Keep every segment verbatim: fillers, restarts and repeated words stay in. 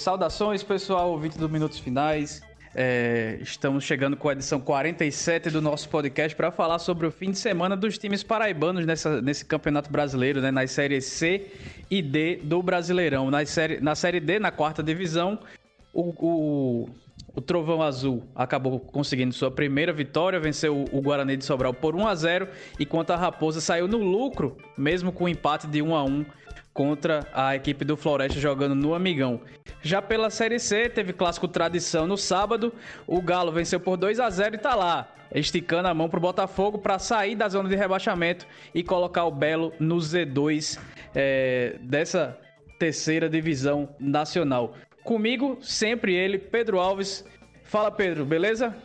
Saudações, pessoal, ouvinte do Minutos Finais. É, estamos chegando com a edição quarenta e sete do nosso podcast para falar sobre o fim de semana dos times paraibanos nessa, nesse Campeonato Brasileiro, né, nas séries C e D do Brasileirão. Na série, na série D, na quarta divisão, o, o, o Trovão Azul acabou conseguindo sua primeira vitória, venceu o, o Guarani de Sobral por um a zero, enquanto a Raposa saiu no lucro, mesmo com o empate de um a um contra a equipe do Floresta jogando no Amigão. Já pela Série C, teve clássico tradição no sábado, o Galo venceu por dois a zero e tá lá, esticando a mão pro Botafogo para sair da zona de rebaixamento e colocar o Belo no Z dois é, dessa terceira divisão nacional. Comigo, sempre ele, Pedro Alves. Fala, Pedro, beleza?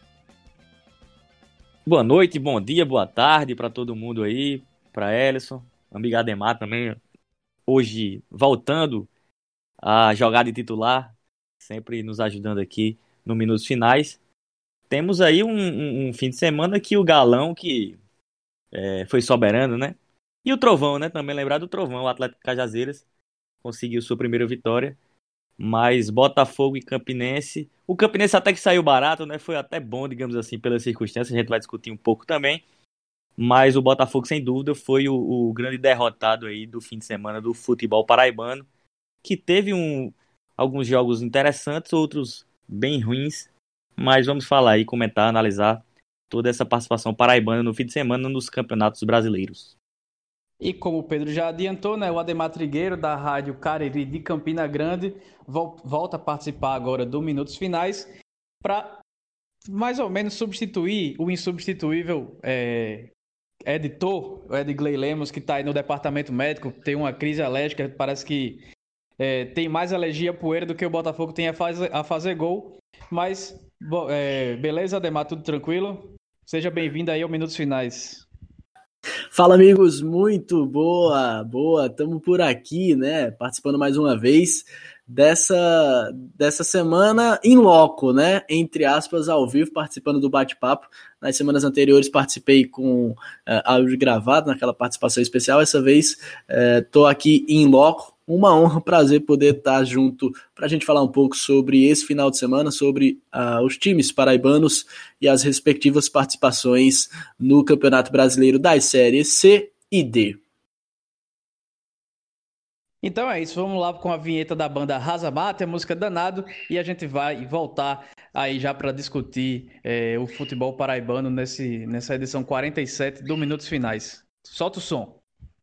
Boa noite, bom dia, boa tarde para todo mundo aí, para Ellison, amigo Ademar também, hoje voltando a jogar de titular, sempre nos ajudando aqui no Minutos Finais. Temos aí um, um, um fim de semana que o Galão, que é, foi soberano, né? E o Trovão, né? Também lembrar do Trovão, o Atlético Cajazeiras, conseguiu sua primeira vitória. Mas Botafogo e Campinense, o Campinense até que saiu barato, né? Foi até bom, digamos assim, pelas circunstâncias, a gente vai discutir um pouco também. Mas o Botafogo, sem dúvida, foi o, o grande derrotado aí do fim de semana do futebol paraibano, que teve um, alguns jogos interessantes, outros bem ruins, mas vamos falar aí, comentar, analisar toda essa participação paraibana no fim de semana nos campeonatos brasileiros. E como o Pedro já adiantou, né, o Ademar Trigueiro, da Rádio Cariri de Campina Grande, volta a participar agora do Minutos Finais para mais ou menos substituir o insubstituível é, editor, o Edgley Lemos, que está aí no departamento médico, tem uma crise alérgica, parece que é, tem mais alergia a poeira do que o Botafogo tem a fazer, a fazer gol. Mas, é, beleza, Ademar, tudo tranquilo? Seja bem-vindo aí ao Minutos Finais. Fala, amigos, muito boa, boa, estamos por aqui, né, participando mais uma vez dessa, dessa semana em loco, né, entre aspas, ao vivo, participando do bate-papo. Nas semanas anteriores participei com uh, áudio gravado, naquela participação especial, essa vez estou uh, aqui em loco. Uma honra, um prazer poder estar junto para a gente falar um pouco sobre esse final de semana, sobre uh, os times paraibanos e as respectivas participações no Campeonato Brasileiro das séries C e D. Então é isso, vamos lá com a vinheta da banda Razamate, a música Danado, e a gente vai voltar aí já para discutir é, o futebol paraibano nesse, nessa edição quarenta e sete do Minutos Finais. Solta o som.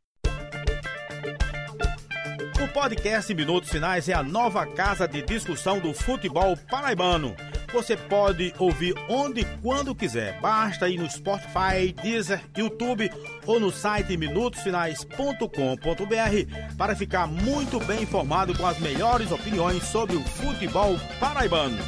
O podcast Minutos Finais é a nova casa de discussão do futebol paraibano. Você pode ouvir onde e quando quiser. Basta ir no Spotify, Deezer, YouTube ou no site minutos finais ponto com ponto b r para ficar muito bem informado com as melhores opiniões sobre o futebol paraibano.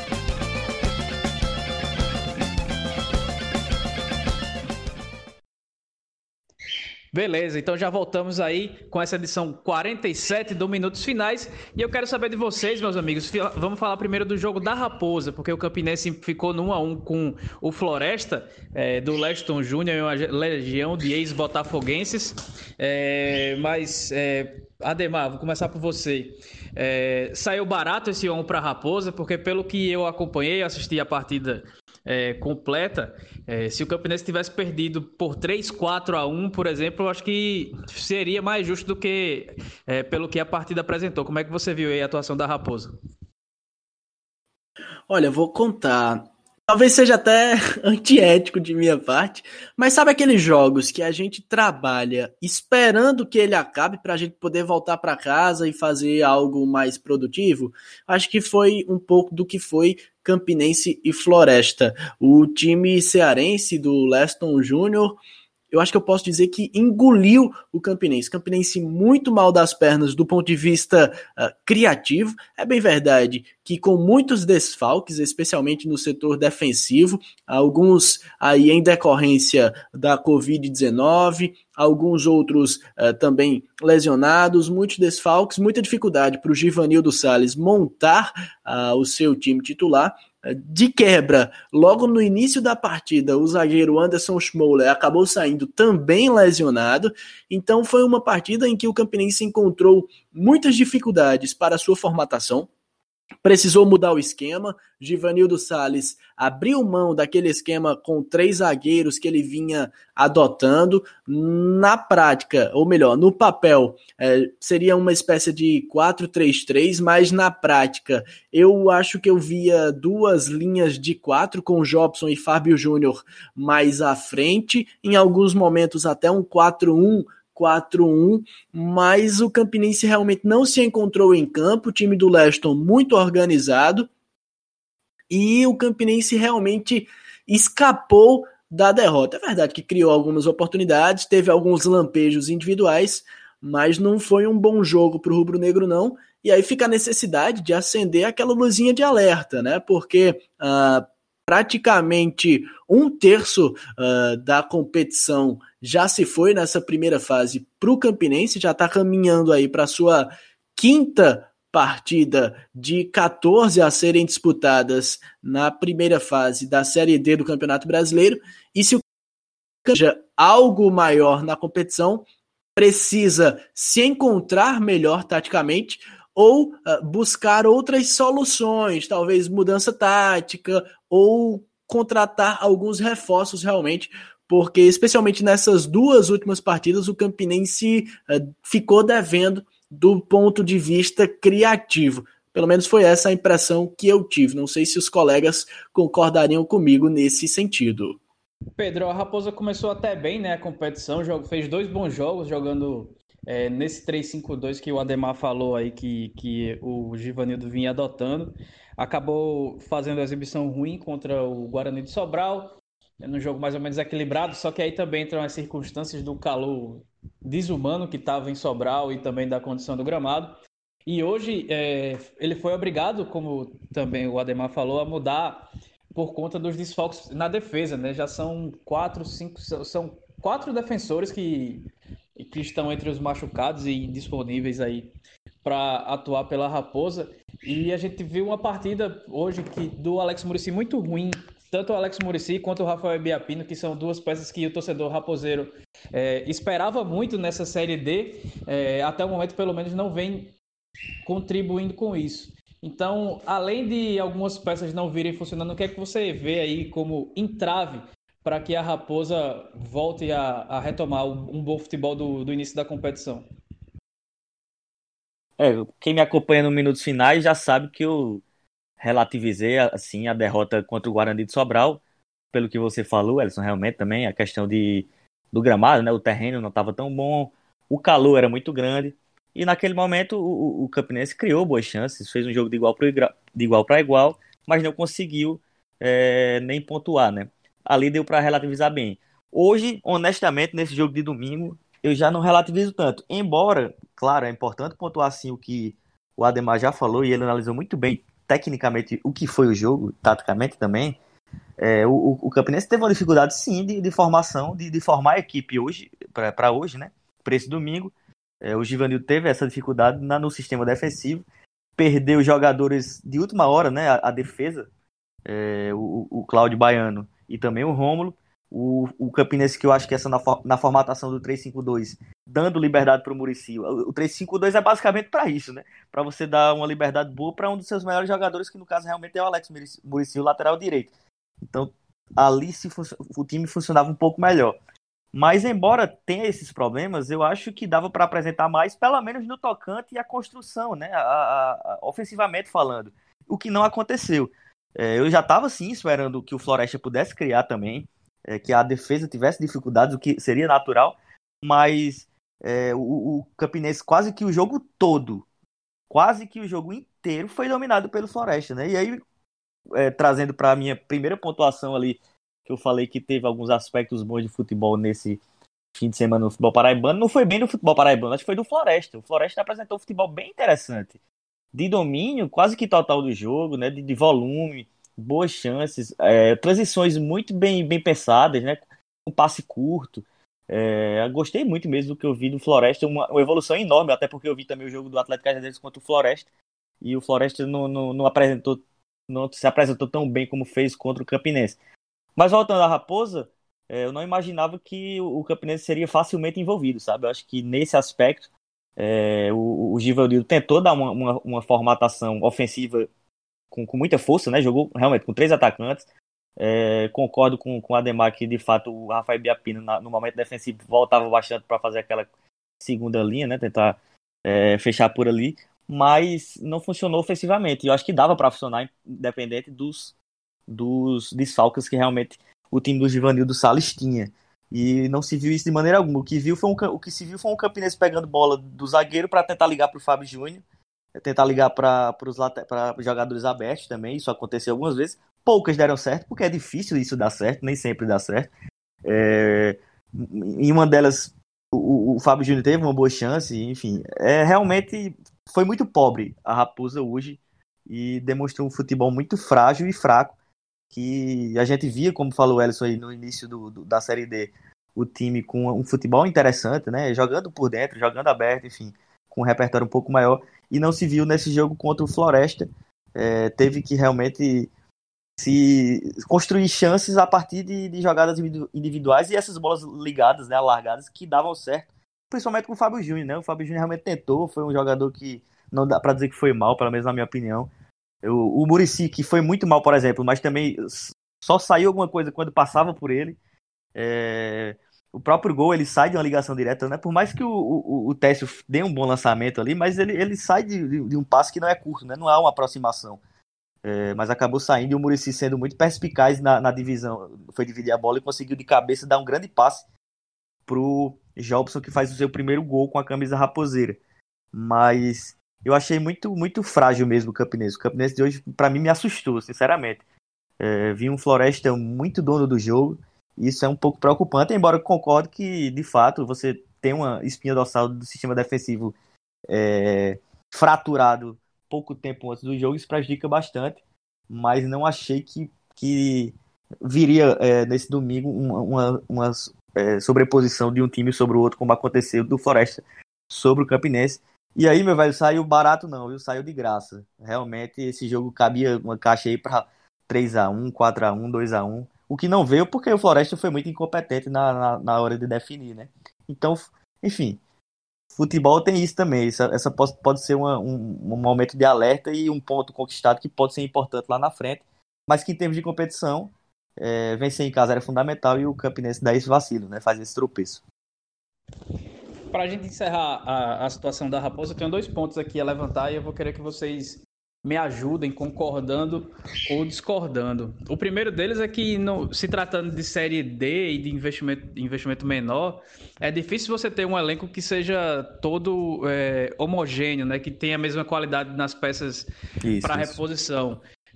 Beleza, então já voltamos aí com essa edição quarenta e sete do Minutos Finais. E eu quero saber de vocês, meus amigos. Vamos falar primeiro do jogo da Raposa, porque o Campinense ficou no um a um com o Floresta, é, do Leston Júnior, e uma legião de ex-botafoguenses. É, mas, é, Ademar, vou começar por você. É, saiu barato esse um para a Raposa, porque pelo que eu acompanhei, assisti a partida É, completa, é, se o Campinense tivesse perdido por três, quatro a um, por exemplo, eu acho que seria mais justo do que é, pelo que a partida apresentou. Como é que você viu aí a atuação da Raposa? Olha, eu vou contar. Talvez seja até antiético de minha parte, mas sabe aqueles jogos que a gente trabalha esperando que ele acabe para a gente poder voltar para casa e fazer algo mais produtivo? Acho que foi um pouco do que foi Campinense e Floresta. O time cearense do Leston Júnior, eu acho que eu posso dizer que engoliu o Campinense. Campinense muito mal das pernas do ponto de vista uh, criativo. É bem verdade que com muitos desfalques, especialmente no setor defensivo, alguns aí em decorrência da covid dezenove, alguns outros uh, também lesionados, muitos desfalques, muita dificuldade para o Givanildo Salles montar uh, o seu time titular. De quebra, logo no início da partida, o zagueiro Anderson Schmoller acabou saindo também lesionado, então foi uma partida em que o Campinense encontrou muitas dificuldades para a sua formatação. precisou mudar o esquema. Givanildo Salles abriu mão daquele esquema com três zagueiros que ele vinha adotando. Na prática, ou melhor, no papel, é, seria uma espécie de quatro três três, mas na prática eu acho que eu via duas linhas de quatro com Jobson e Fábio Júnior mais à frente, em alguns momentos até um quatro um quatro um, mas o Campinense realmente não se encontrou em campo, o time do Leston muito organizado, e o Campinense realmente escapou da derrota. É verdade que criou algumas oportunidades, teve alguns lampejos individuais, mas não foi um bom jogo para o rubro-negro não, e aí fica a necessidade de acender aquela luzinha de alerta, né? Porque uh, praticamente um terço uh, da competição já se foi nessa primeira fase para o Campinense, já está caminhando aí para a sua quinta partida de quatorze a serem disputadas na primeira fase da Série D do Campeonato Brasileiro, e se o seja algo maior na competição, precisa se encontrar melhor taticamente ou uh, buscar outras soluções, talvez mudança tática ou contratar alguns reforços realmente, porque especialmente nessas duas últimas partidas o Campinense uh, ficou devendo do ponto de vista criativo. Pelo menos foi essa a impressão que eu tive. Não sei se os colegas concordariam comigo nesse sentido. Pedro, a Raposa começou até bem, né, a competição, fez dois bons jogos jogando é, nesse três cinco dois que o Ademar falou aí, que, que o Givanildo vinha adotando. Acabou fazendo a exibição ruim contra o Guarani de Sobral, num jogo mais ou menos equilibrado, só que aí também entram as circunstâncias do calor desumano que estava em Sobral e também da condição do gramado. E hoje é, ele foi obrigado, como também o Ademar falou, a mudar por conta dos desfalques na defesa, né? Já são quatro, cinco, são quatro defensores que, que estão entre os machucados e disponíveis aí para atuar pela Raposa. E a gente viu uma partida hoje que, do Alex Muricy muito ruim, tanto o Alex Muricy quanto o Rafael Biapino, que são duas peças que o torcedor raposeiro é, esperava muito nessa Série D, é, até o momento pelo menos não vem contribuindo com isso. Então, além de algumas peças não virem funcionando, o que é que você vê aí como entrave para que a Raposa volte a, a retomar um bom futebol do, do início da competição? É, quem me acompanha nos minutos finais já sabe que eu relativizei assim, a derrota contra o Guarani de Sobral, pelo que você falou, Elson, realmente também, a questão de, do gramado, né? O terreno não estava tão bom, o calor era muito grande, e naquele momento o, o Campinense criou boas chances, fez um jogo de igual para igual, mas não conseguiu é, nem pontuar, né? Ali deu para relativizar bem. Hoje, honestamente, nesse jogo de domingo, eu já não relativizo tanto, embora, claro, é importante pontuar assim o que o Ademar já falou, e ele analisou muito bem tecnicamente o que foi o jogo, taticamente também. É, o, o Campinense teve uma dificuldade sim de, de formação, de, de formar a equipe hoje, para hoje, né? Para esse domingo. É, o Givanildo teve essa dificuldade na, no sistema defensivo, perdeu jogadores de última hora, né? A, a defesa, é, o, o Cláudio Baiano e também o Rômulo. O, o Campinense, que eu acho que essa na, na formatação do três cinco dois, dando liberdade para o Muricy. O, o três cinco dois é basicamente para isso, né? Para você dar uma liberdade boa para um dos seus melhores jogadores, que no caso realmente é o Alex Muricy, o lateral direito. Então, ali se o time funcionava um pouco melhor. Mas, embora tenha esses problemas, eu acho que dava para apresentar mais, pelo menos no tocante e a construção, né? A, a, a, ofensivamente falando. O que não aconteceu. É, eu já estava, sim, esperando que o Floresta pudesse criar também, é, que a defesa tivesse dificuldades, o que seria natural, mas é, o, o Campinense quase que o jogo todo, quase que o jogo inteiro foi dominado pelo Floresta, né? E aí, é, trazendo para a minha primeira pontuação ali, que eu falei que teve alguns aspectos bons de futebol nesse fim de semana no futebol paraibano, não foi bem no futebol paraibano, acho que foi do Floresta. O Floresta apresentou um futebol bem interessante, de domínio quase que total do jogo, né? de, de volume, boas chances, é, transições muito bem, bem pensadas, né? Um passe curto. É, gostei muito mesmo do que eu vi do Floresta, uma, uma evolução enorme, até porque eu vi também o jogo do Atlético Cajazeiras contra o Floresta, e o Floresta não, não, não, apresentou, não se apresentou tão bem como fez contra o Campinense. Mas voltando à Raposa, é, eu não imaginava que o, o Campinense seria facilmente envolvido, sabe? Eu acho que nesse aspecto, é, o, o Givanildo tentou dar uma, uma, uma formatação ofensiva com, com muita força, né? Jogou realmente com três atacantes. É, concordo com, com o Ademar que, de fato, o Rafael Biapino, na, no momento defensivo, voltava bastante para fazer aquela segunda linha, né? Tentar é, fechar por ali. Mas não funcionou ofensivamente. E eu acho que dava para funcionar, independente dos, dos desfalques que realmente o time do Givanildo Salles tinha. E não se viu isso de maneira alguma. O que, viu foi um, o que se viu foi um Campinense pegando bola do zagueiro para tentar ligar para o Fábio Júnior, tentar ligar para os jogadores abertos também. Isso aconteceu algumas vezes. Poucas deram certo, porque é difícil isso dar certo, nem sempre dá certo. É, em uma delas, o, o Fábio Júnior teve uma boa chance, enfim. É, realmente foi muito pobre a Raposa hoje e demonstrou um futebol muito frágil e fraco, que a gente via, como falou o Ellison aí no início do, do, da Série D, o time com um futebol interessante, né? Jogando por dentro, jogando aberto, enfim, com um repertório um pouco maior, e não se viu nesse jogo contra o Floresta. É, teve que realmente se construir chances a partir de, de jogadas individuais e essas bolas ligadas, né, largadas, que davam certo, principalmente com o Fábio Júnior, né? O Fábio Júnior realmente tentou, foi um jogador que não dá para dizer que foi mal, pelo menos na minha opinião. O, o Muricy, que foi muito mal, por exemplo, mas também só saiu alguma coisa quando passava por ele. É, o próprio gol, ele sai de uma ligação direta, né? Por mais que o, o, o Técio dê um bom lançamento ali, mas ele, ele sai de, de um passe que não é curto, né? Não há uma aproximação. É, mas acabou saindo e o Muricy sendo muito perspicaz na, na divisão. Foi dividir a bola e conseguiu de cabeça dar um grande passe pro Jobson, que faz o seu primeiro gol com a camisa raposeira. Mas eu achei muito, muito frágil mesmo o Campinense. O Campinense de hoje, para mim, me assustou, sinceramente. É, vi um Floresta muito dono do jogo, e isso é um pouco preocupante, embora eu concorde que, de fato, você tem uma espinha dorsal do sistema defensivo é, fraturado pouco tempo antes do jogo, isso prejudica bastante, mas não achei que, que viria é, nesse domingo uma, uma, uma é, sobreposição de um time sobre o outro, como aconteceu do Floresta sobre o Campinense. E aí, meu velho, saiu barato não, viu? Saiu de graça. Realmente, esse jogo cabia uma caixa aí para três a um, quatro a um, dois a um, o que não veio porque o Floresta foi muito incompetente na, na, na hora de definir, né? Então, enfim, futebol tem isso também. Essa, essa pode, pode ser uma, um, um momento de alerta e um ponto conquistado que pode ser importante lá na frente, mas que em termos de competição, é, vencer em casa era fundamental e o Campinense dá esse vacilo, né? Faz esse tropeço. Para a gente encerrar a, a situação da Raposa, eu tenho dois pontos aqui a levantar e eu vou querer que vocês me ajudem concordando ou discordando. O primeiro deles é que, no, se tratando de Série D e de investimento, investimento menor, é difícil você ter um elenco que seja todo é, homogêneo, né? Que tenha a mesma qualidade nas peças para reposição.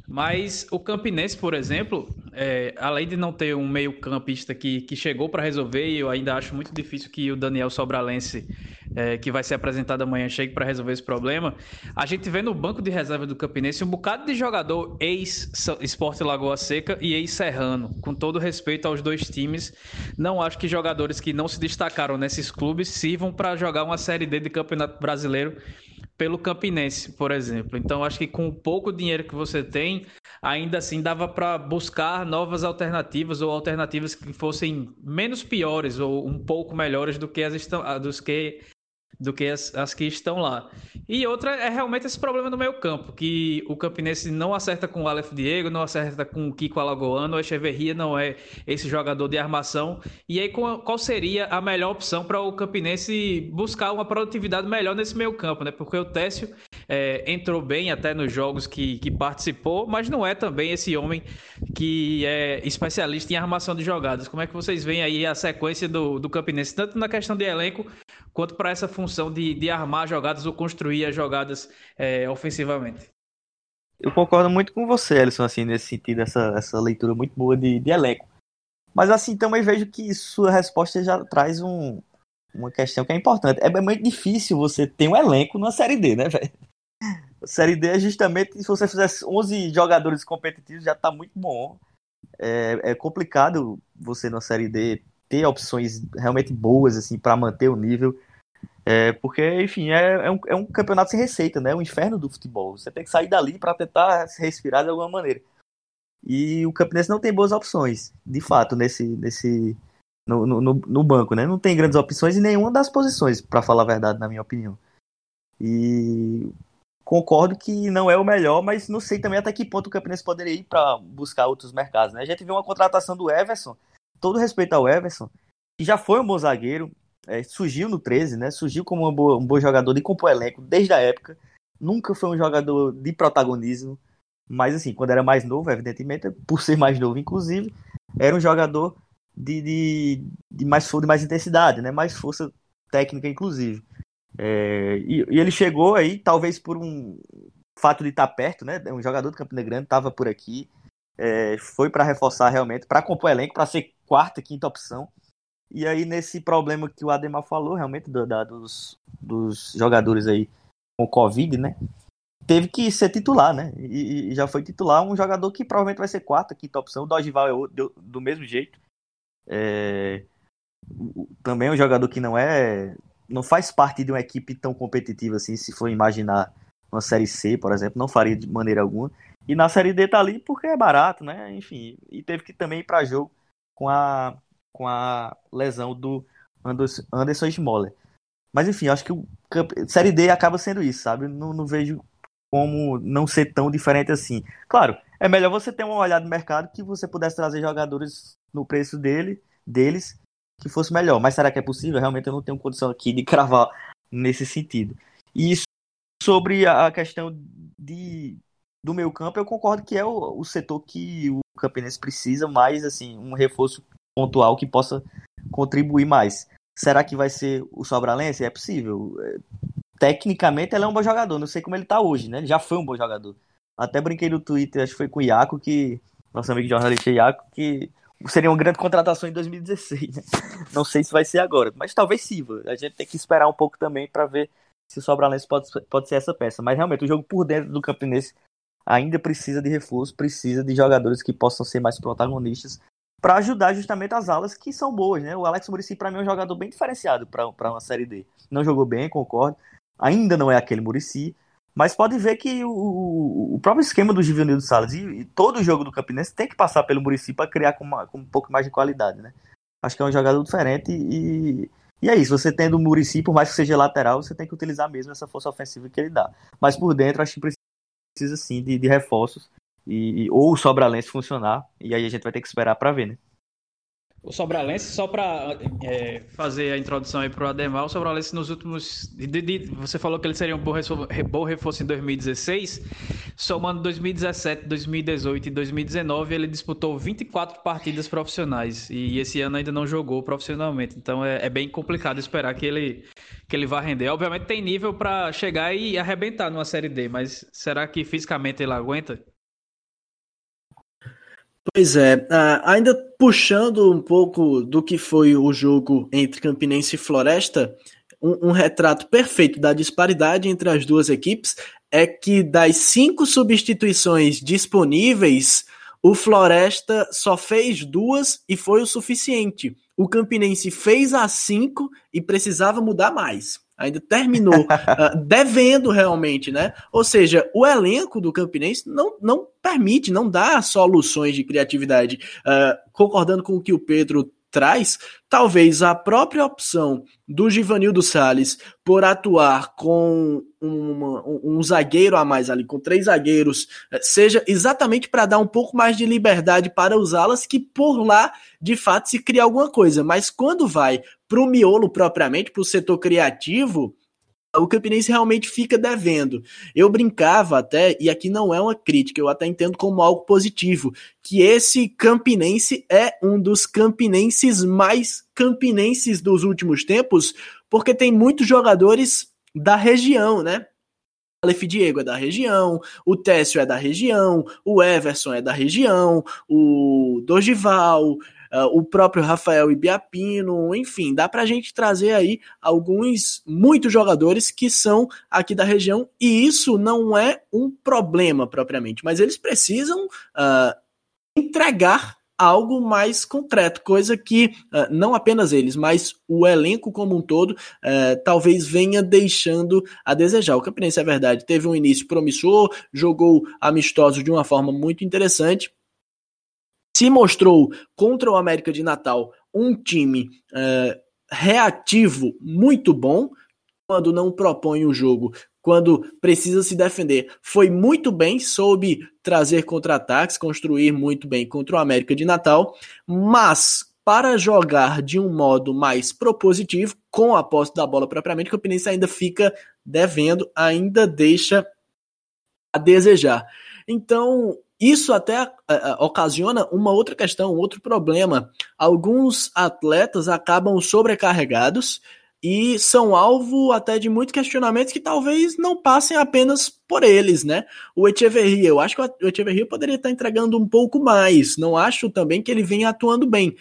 Mas o Campinense, por exemplo, é, além de não ter um meio campista que, que chegou para resolver, e eu ainda acho muito difícil que o Daniel Sobralense, é, que vai ser apresentado amanhã, chegue para resolver esse problema, a gente vê no banco de reserva do Campinense um bocado de jogador ex-Sport Lagoa Seca e ex-Serrano. Com todo respeito aos dois times, não acho que jogadores que não se destacaram nesses clubes sirvam para jogar uma Série D de Campeonato Brasileiro pelo Campinense, por exemplo. Então, acho que com o pouco dinheiro que você tem, ainda assim dava para buscar novas alternativas ou alternativas que fossem menos piores ou um pouco melhores do que as, estão, dos que, do que as, as que estão lá. E outra é realmente esse problema no meio campo, que o Campinense não acerta com o Aleph Diego, não acerta com o Kiko Alagoano, o Echeverria não é esse jogador de armação. E aí qual seria a melhor opção para o Campinense buscar uma produtividade melhor nesse meio campo, né? Porque o Técio é, entrou bem até nos jogos que, que participou, mas não é também esse homem que é especialista em armação de jogadas. Como é que vocês veem aí a sequência do, do Campinense, tanto na questão de elenco, quanto para essa função de, de armar jogadas ou construir as jogadas é, ofensivamente? Eu concordo muito com você, Ellison, assim, nesse sentido, essa, essa leitura muito boa de, de elenco. Mas assim, também vejo que sua resposta já traz um, uma questão que é importante. É muito difícil você ter um elenco numa Série D, né, velho? A Série D é justamente, se você fizesse onze jogadores competitivos, já tá muito bom. É, é complicado você na Série D ter opções realmente boas, assim, para manter o nível. É, porque, enfim, é, é, um, é um campeonato sem receita, né? É um inferno do futebol. Você tem que sair dali para tentar se respirar de alguma maneira. E o Campinense não tem boas opções, de fato, nesse, nesse, no, no, no banco, né? Não tem grandes opções em nenhuma das posições, para falar a verdade, na minha opinião. E concordo que não é o melhor, mas não sei também até que ponto o Campinense poderia ir para buscar outros mercados, né? A gente viu uma contratação do Everson, todo respeito ao Everson, que já foi um bom zagueiro, é, surgiu no treze, né? Surgiu como um bom, um bom jogador de compor elenco desde a época, nunca foi um jogador de protagonismo, mas assim, quando era mais novo, evidentemente, por ser mais novo, inclusive, era um jogador de, de, de, mais, de mais intensidade, né? Mais força técnica, inclusive. É, e, e ele chegou aí, talvez por um fato de estar perto, né? Um jogador do Campina Grande estava por aqui, é, foi para reforçar realmente, para compor elenco, para ser quarta, quinta opção. E aí, nesse problema que o Ademar falou, realmente, do, da, dos, dos jogadores aí com Covid, né? Teve que ser titular, né? E, e já foi titular um jogador que provavelmente vai ser quarta, quinta opção. O Dorival é o, do, do mesmo jeito. É, também é um jogador que não é... não faz parte de uma equipe tão competitiva assim, se for imaginar uma Série C, por exemplo, não faria de maneira alguma. E na Série D tá ali porque é barato, né? Enfim, e teve que também ir para jogo com a, com a lesão do Anderson Schmoller. Mas enfim, acho que o Série D acaba sendo isso, sabe? Não, não vejo como não ser tão diferente assim. Claro, é melhor você ter uma olhada no mercado que você pudesse trazer jogadores no preço dele, deles, que fosse melhor. Mas será que é possível? Realmente eu não tenho condição aqui de cravar nesse sentido. E sobre a questão de, do meio campo, eu concordo que é o, o setor que o Campinense precisa, mais assim, um reforço pontual que possa contribuir mais. Será que vai ser o Sobralense? É possível. Tecnicamente ele é um bom jogador, não sei como ele tá hoje, né? Ele já foi um bom jogador. Até brinquei no Twitter, acho que foi com o Iaco, que nosso amigo jornalista Iaco, que seria uma grande contratação em dois mil e dezesseis, né? Não sei se vai ser agora, mas talvez sirva. A gente tem que esperar um pouco também para ver se o Sobralense pode, pode ser essa peça. Mas realmente o jogo por dentro do Campinense ainda precisa de reforço, precisa de jogadores que possam ser mais protagonistas para ajudar justamente as alas que são boas, né? O Alex Muricy para mim é um jogador bem diferenciado para uma Série D. Não jogou bem, concordo. Ainda não é aquele Muricy, mas pode ver que o, o próprio esquema do Givanildo Salles e, e todo o jogo do Campinense tem que passar pelo Muricy para criar com, uma, com um pouco mais de qualidade, né? Acho que é um jogador diferente e, e é isso. Você tendo o Muricy, por mais que seja lateral, você tem que utilizar mesmo essa força ofensiva que ele dá. Mas por dentro, acho que precisa sim de, de reforços e, ou o Sobralense funcionar, e aí a gente vai ter que esperar para ver, né? O Sobralense, só para é, fazer a introdução aí pro Ademar, o Sobralense nos últimos... De, de, você falou que ele seria um bom reforço, bom reforço em dois mil e dezesseis, somando dois mil e dezessete, dois mil e dezoito e dois mil e dezenove, ele disputou vinte e quatro partidas profissionais, e esse ano ainda não jogou profissionalmente, então é, é bem complicado esperar que ele, que ele vá render. Obviamente tem nível para chegar e arrebentar numa Série D, mas será que fisicamente ele aguenta? Pois é, uh, ainda puxando um pouco do que foi o jogo entre Campinense e Floresta, um, um retrato perfeito da disparidade entre as duas equipes é que das cinco substituições disponíveis, o Floresta só fez duas e foi o suficiente. O Campinense fez as cinco e precisava mudar mais. Ainda terminou uh, devendo realmente, né? Ou seja, o elenco do Campinense não, não permite, não dá soluções de criatividade. Uh, concordando com o que o Pedro traz, talvez a própria opção do Givanildo Salles por atuar com uma, um, um zagueiro a mais ali, com três zagueiros, seja exatamente para dar um pouco mais de liberdade para os alas, que por lá, de fato, se cria alguma coisa. Mas quando vai para o miolo propriamente, para o setor criativo, o Campinense realmente fica devendo. Eu brincava até, e aqui não é uma crítica, eu até entendo como algo positivo, que esse Campinense é um dos campinenses mais campinenses dos últimos tempos, porque tem muitos jogadores da região, né? O Aleph Diego é da região, o Técio é da região, o Everson é da região, o Dorival... Uh, o próprio Rafael Ibiapino, enfim, dá pra gente trazer aí alguns, muitos jogadores que são aqui da região, e isso não é um problema propriamente, mas eles precisam uh, entregar algo mais concreto, coisa que uh, não apenas eles, mas o elenco como um todo uh, talvez venha deixando a desejar. O Campinense, é verdade, teve um início promissor, jogou amistosos de uma forma muito interessante, se mostrou contra o América de Natal um time uh, reativo muito bom, quando não propõe o jogo quando precisa se defender, foi muito bem, soube trazer contra-ataques, construir muito bem contra o América de Natal, mas para jogar de um modo mais propositivo, com a posse da bola propriamente, o Campinense ainda fica devendo, ainda deixa a desejar. Então, isso até uh, ocasiona uma outra questão, um outro problema. Alguns atletas acabam sobrecarregados e são alvo até de muitos questionamentos que talvez não passem apenas por eles, né? O Echeverria, eu acho que o Echeverria poderia estar entregando um pouco mais, não acho também que ele venha atuando bem,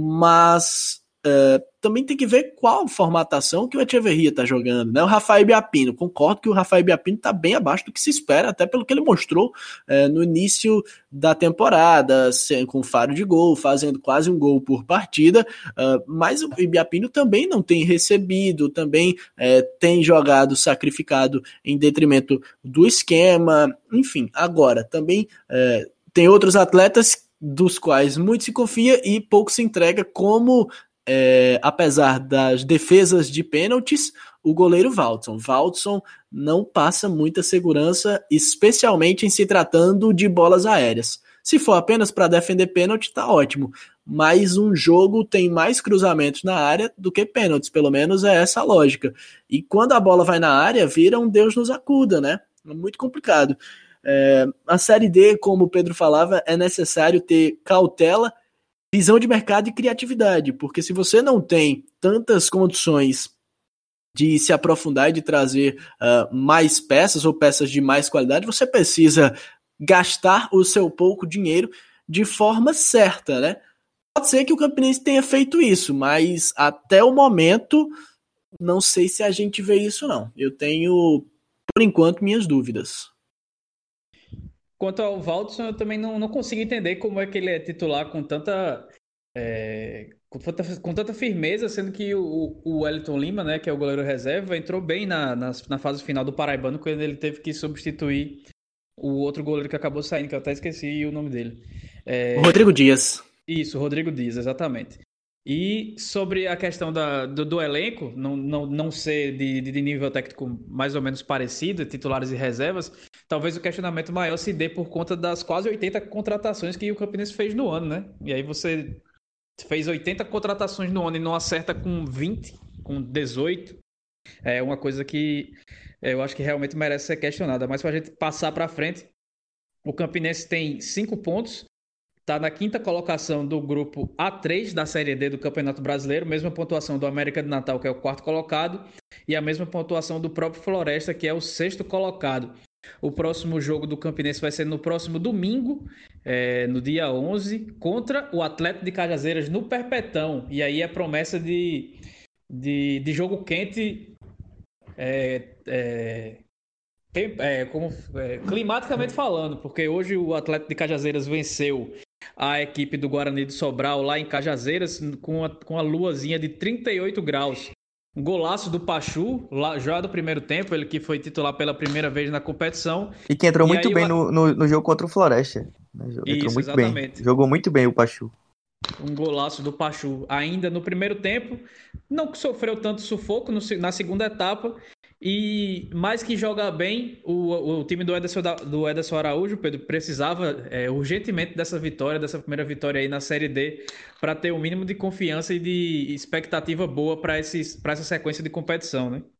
mas uh, também tem que ver qual formatação que o Echeverria está jogando, né? O Rafael Biapino, concordo que o Rafael Biapino está bem abaixo do que se espera, até pelo que ele mostrou uh, no início da temporada, com faro de gol, fazendo quase um gol por partida, uh, mas o Biapino também não tem recebido, também uh, tem jogado sacrificado em detrimento do esquema, enfim, agora também uh, tem outros atletas dos quais muito se confia e pouco se entrega, como, é, apesar das defesas de pênaltis, o goleiro Valdson. Valdson não passa muita segurança, especialmente em se tratando de bolas aéreas. Se for apenas para defender pênalti, tá ótimo, mas um jogo tem mais cruzamentos na área do que pênaltis, pelo menos é essa a lógica. E quando a bola vai na área, vira um Deus nos acuda, né? É muito complicado. É, a Série D, como o Pedro falava, é necessário ter cautela, visão de mercado e criatividade, porque se você não tem tantas condições de se aprofundar e de trazer uh, mais peças ou peças de mais qualidade, você precisa gastar o seu pouco dinheiro de forma certa, né? Pode ser que o Campinense tenha feito isso, mas até o momento não sei se a gente vê isso não. Eu tenho, por enquanto, minhas dúvidas. Quanto ao Valdson, eu também não, não consigo entender como é que ele é titular com tanta, é, com tanta, com tanta firmeza, sendo que o, o Wellington Lima, né, que é o goleiro reserva, entrou bem na, na, na fase final do Paraibano, quando ele teve que substituir o outro goleiro que acabou saindo, que eu até esqueci o nome dele. É, Rodrigo Dias. Isso, Rodrigo Dias, exatamente. E sobre a questão da, do, do elenco, não, não, não ser de, de nível técnico mais ou menos parecido, titulares e reservas, talvez o questionamento maior se dê por conta das quase oitenta contratações que o Campinense fez no ano, né? E aí você fez oitenta contratações no ano e não acerta com vinte, com dezoito. É uma coisa que eu acho que realmente merece ser questionada. Mas para a gente passar para frente, o Campinense tem cinco pontos. Está na quinta colocação do grupo A três da Série D do Campeonato Brasileiro, mesma pontuação do América de Natal, que é o quarto colocado, e a mesma pontuação do próprio Floresta, que é o sexto colocado. O próximo jogo do Campinense vai ser no próximo domingo, é, no dia onze, contra o Atlético de Cajazeiras no Perpetão. E aí é promessa de, de, de jogo quente, é, é, é, como, é, climaticamente falando, porque hoje o Atlético de Cajazeiras venceu a equipe do Guarani de Sobral lá em Cajazeiras com a, com a luazinha de trinta e oito graus. Um golaço do Pachu, lá, já do primeiro tempo, ele que foi titular pela primeira vez na competição. E que entrou e muito bem o... no, no, no jogo contra o Floresta. Né? Entrou Isso, muito exatamente. bem. Jogou muito bem o Pachu. Um golaço do Pachu ainda no primeiro tempo. Não sofreu tanto sufoco no, na segunda etapa. E mais que jogar bem, o, o time do Ederson, do Ederson Araújo, Pedro, precisava é, urgentemente dessa vitória, dessa primeira vitória aí na Série D, para ter o um mínimo de confiança e de expectativa boa para essa sequência de competição, né?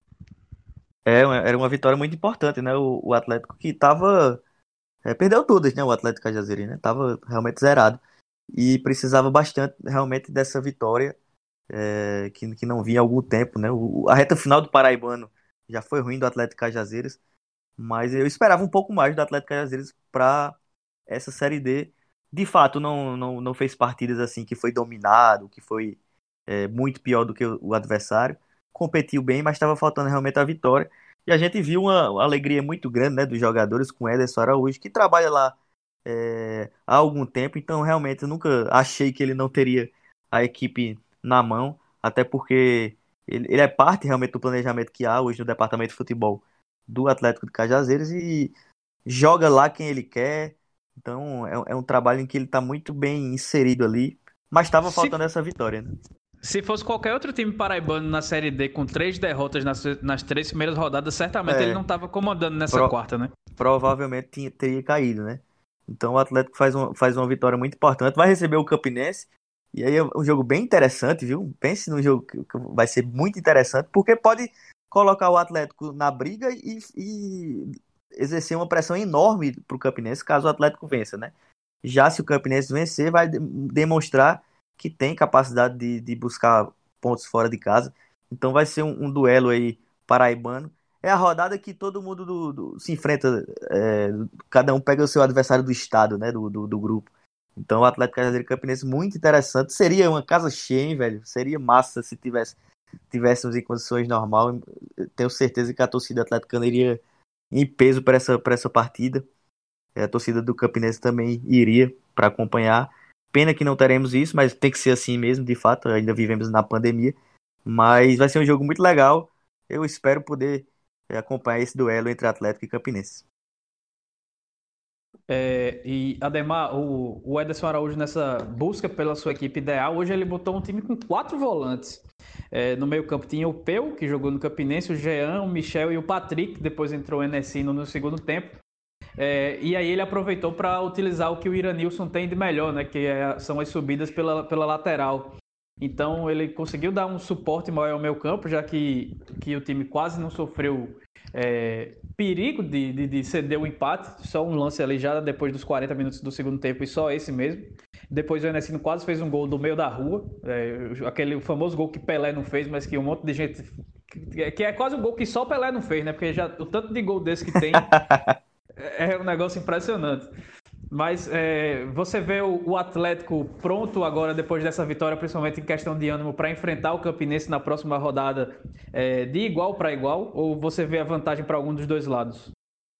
É, era uma vitória muito importante, né? O, o Atlético que tava... É, perdeu todas, né? O Atlético Cajazeiras, né? Tava realmente zerado. E precisava bastante, realmente, dessa vitória. É, que, que não vinha há algum tempo, né? O, a reta final do Paraibano já foi ruim do Atlético Cajazeiras, mas eu esperava um pouco mais do Atlético Cajazeiras para essa Série D. De fato, não, não, não fez partidas assim que foi dominado, que foi é, muito pior do que o, o adversário. Competiu bem, mas estava faltando realmente a vitória. E a gente viu uma, uma alegria muito grande, né, dos jogadores com o Ederson Araújo, que trabalha lá é, há algum tempo. Então, realmente, eu nunca achei que ele não teria a equipe na mão, até porque ele, ele é parte realmente do planejamento que há hoje no departamento de futebol do Atlético de Cajazeiras e joga lá quem ele quer. Então é, é um trabalho em que ele está muito bem inserido ali, mas estava faltando essa vitória, né? Se fosse qualquer outro time paraibano na Série D com três derrotas nas, nas três primeiras rodadas, certamente É. ele não estava comandando nessa Pro- quarta, né? Provavelmente tinha- teria caído, né? Então o Atlético faz, um, faz uma vitória muito importante, vai receber o Campinense, e aí é um jogo bem interessante, viu? Pense num jogo que que vai ser muito interessante, porque pode colocar o Atlético na briga e, e exercer uma pressão enorme pro Campinense caso o Atlético vença, né? Já se o Campinense vencer, vai de- demonstrar que tem capacidade de, de buscar pontos fora de casa. Então vai ser um, um duelo aí paraibano. É a rodada que todo mundo do- do- se enfrenta, é, cada um pega o seu adversário do estado, né, do, do, do grupo. Então o Atlético Cajazeiro e Campinense muito interessante. Seria uma casa cheia, hein, velho? Seria massa se tivesse, tivéssemos em condições normais. Tenho certeza que a torcida atleticana iria em peso para essa, para essa partida. A torcida do Campinense também iria para acompanhar. Pena que não teremos isso, mas tem que ser assim mesmo, de fato. Ainda vivemos na pandemia. Mas vai ser um jogo muito legal. Eu espero poder é, acompanhar esse duelo entre Atlético e Campinense. É, e Ademar, o, o Ederson Araújo, nessa busca pela sua equipe ideal, hoje ele botou um time com quatro volantes. É, no meio-campo tinha o Peu, que jogou no Campinense, o Jean, o Michel e o Patrick, que depois entrou o Enesino no segundo tempo. É, e aí ele aproveitou para utilizar o que o Iranilson tem de melhor, né, que é, são as subidas pela, pela lateral. Então ele conseguiu dar um suporte maior ao meio campo, já que, que o time quase não sofreu é, perigo de, de, de ceder o empate. Só um lance ali já depois dos quarenta minutos do segundo tempo, e só esse mesmo. Depois o Enesino quase fez um gol do meio da rua, é, aquele famoso gol que Pelé não fez, mas que um monte de gente... Que, que é quase um gol que só Pelé não fez, né? Porque já, o tanto de gol desse que tem é um negócio impressionante. Mas é, você vê o, o Atlético pronto agora, depois dessa vitória, principalmente em questão de ânimo, para enfrentar o Campinense na próxima rodada é, de igual para igual? Ou você vê a vantagem para algum dos dois lados?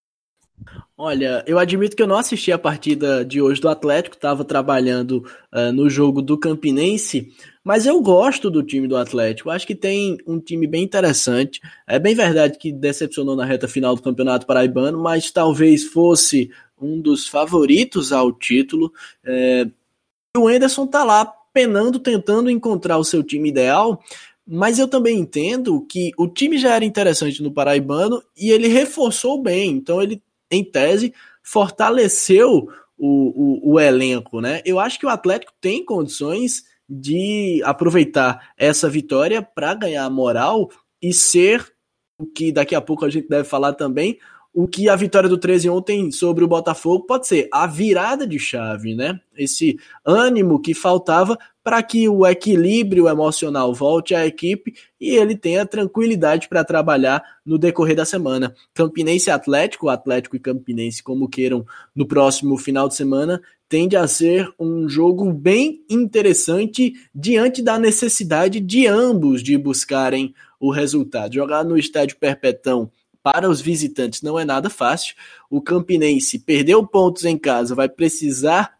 Olha, eu admito que eu não assisti a partida de hoje do Atlético, estava trabalhando uh, no jogo do Campinense, mas eu gosto do time do Atlético, acho que tem um time bem interessante. É bem verdade que decepcionou na reta final do Campeonato Paraibano, mas talvez fosse um dos favoritos ao título. É... O Anderson tá lá penando, tentando encontrar o seu time ideal, mas eu também entendo que o time já era interessante no Paraibano e ele reforçou bem, então ele, em tese, fortaleceu o, o, o elenco, né? Eu acho que o Atlético tem condições de aproveitar essa vitória para ganhar moral e ser o que daqui a pouco a gente deve falar também, o que a vitória do treze ontem sobre o Botafogo pode ser a virada de chave, né? Esse ânimo que faltava para que o equilíbrio emocional volte à equipe e ele tenha tranquilidade para trabalhar no decorrer da semana. Campinense e Atlético, Atlético e Campinense, como queiram, no próximo final de semana, tende a ser um jogo bem interessante diante da necessidade de ambos de buscarem o resultado. Jogar no Estádio Perpetão para os visitantes não é nada fácil. O Campinense perdeu pontos em casa, vai precisar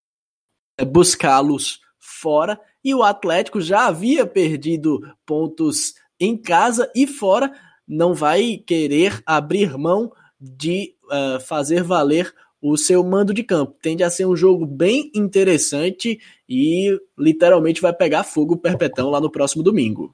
buscá-los fora, e o Atlético já havia perdido pontos em casa e fora, não vai querer abrir mão de uh, fazer valer o seu mando de campo. Tende a ser um jogo bem interessante e literalmente vai pegar fogo o Perpetão lá no próximo domingo.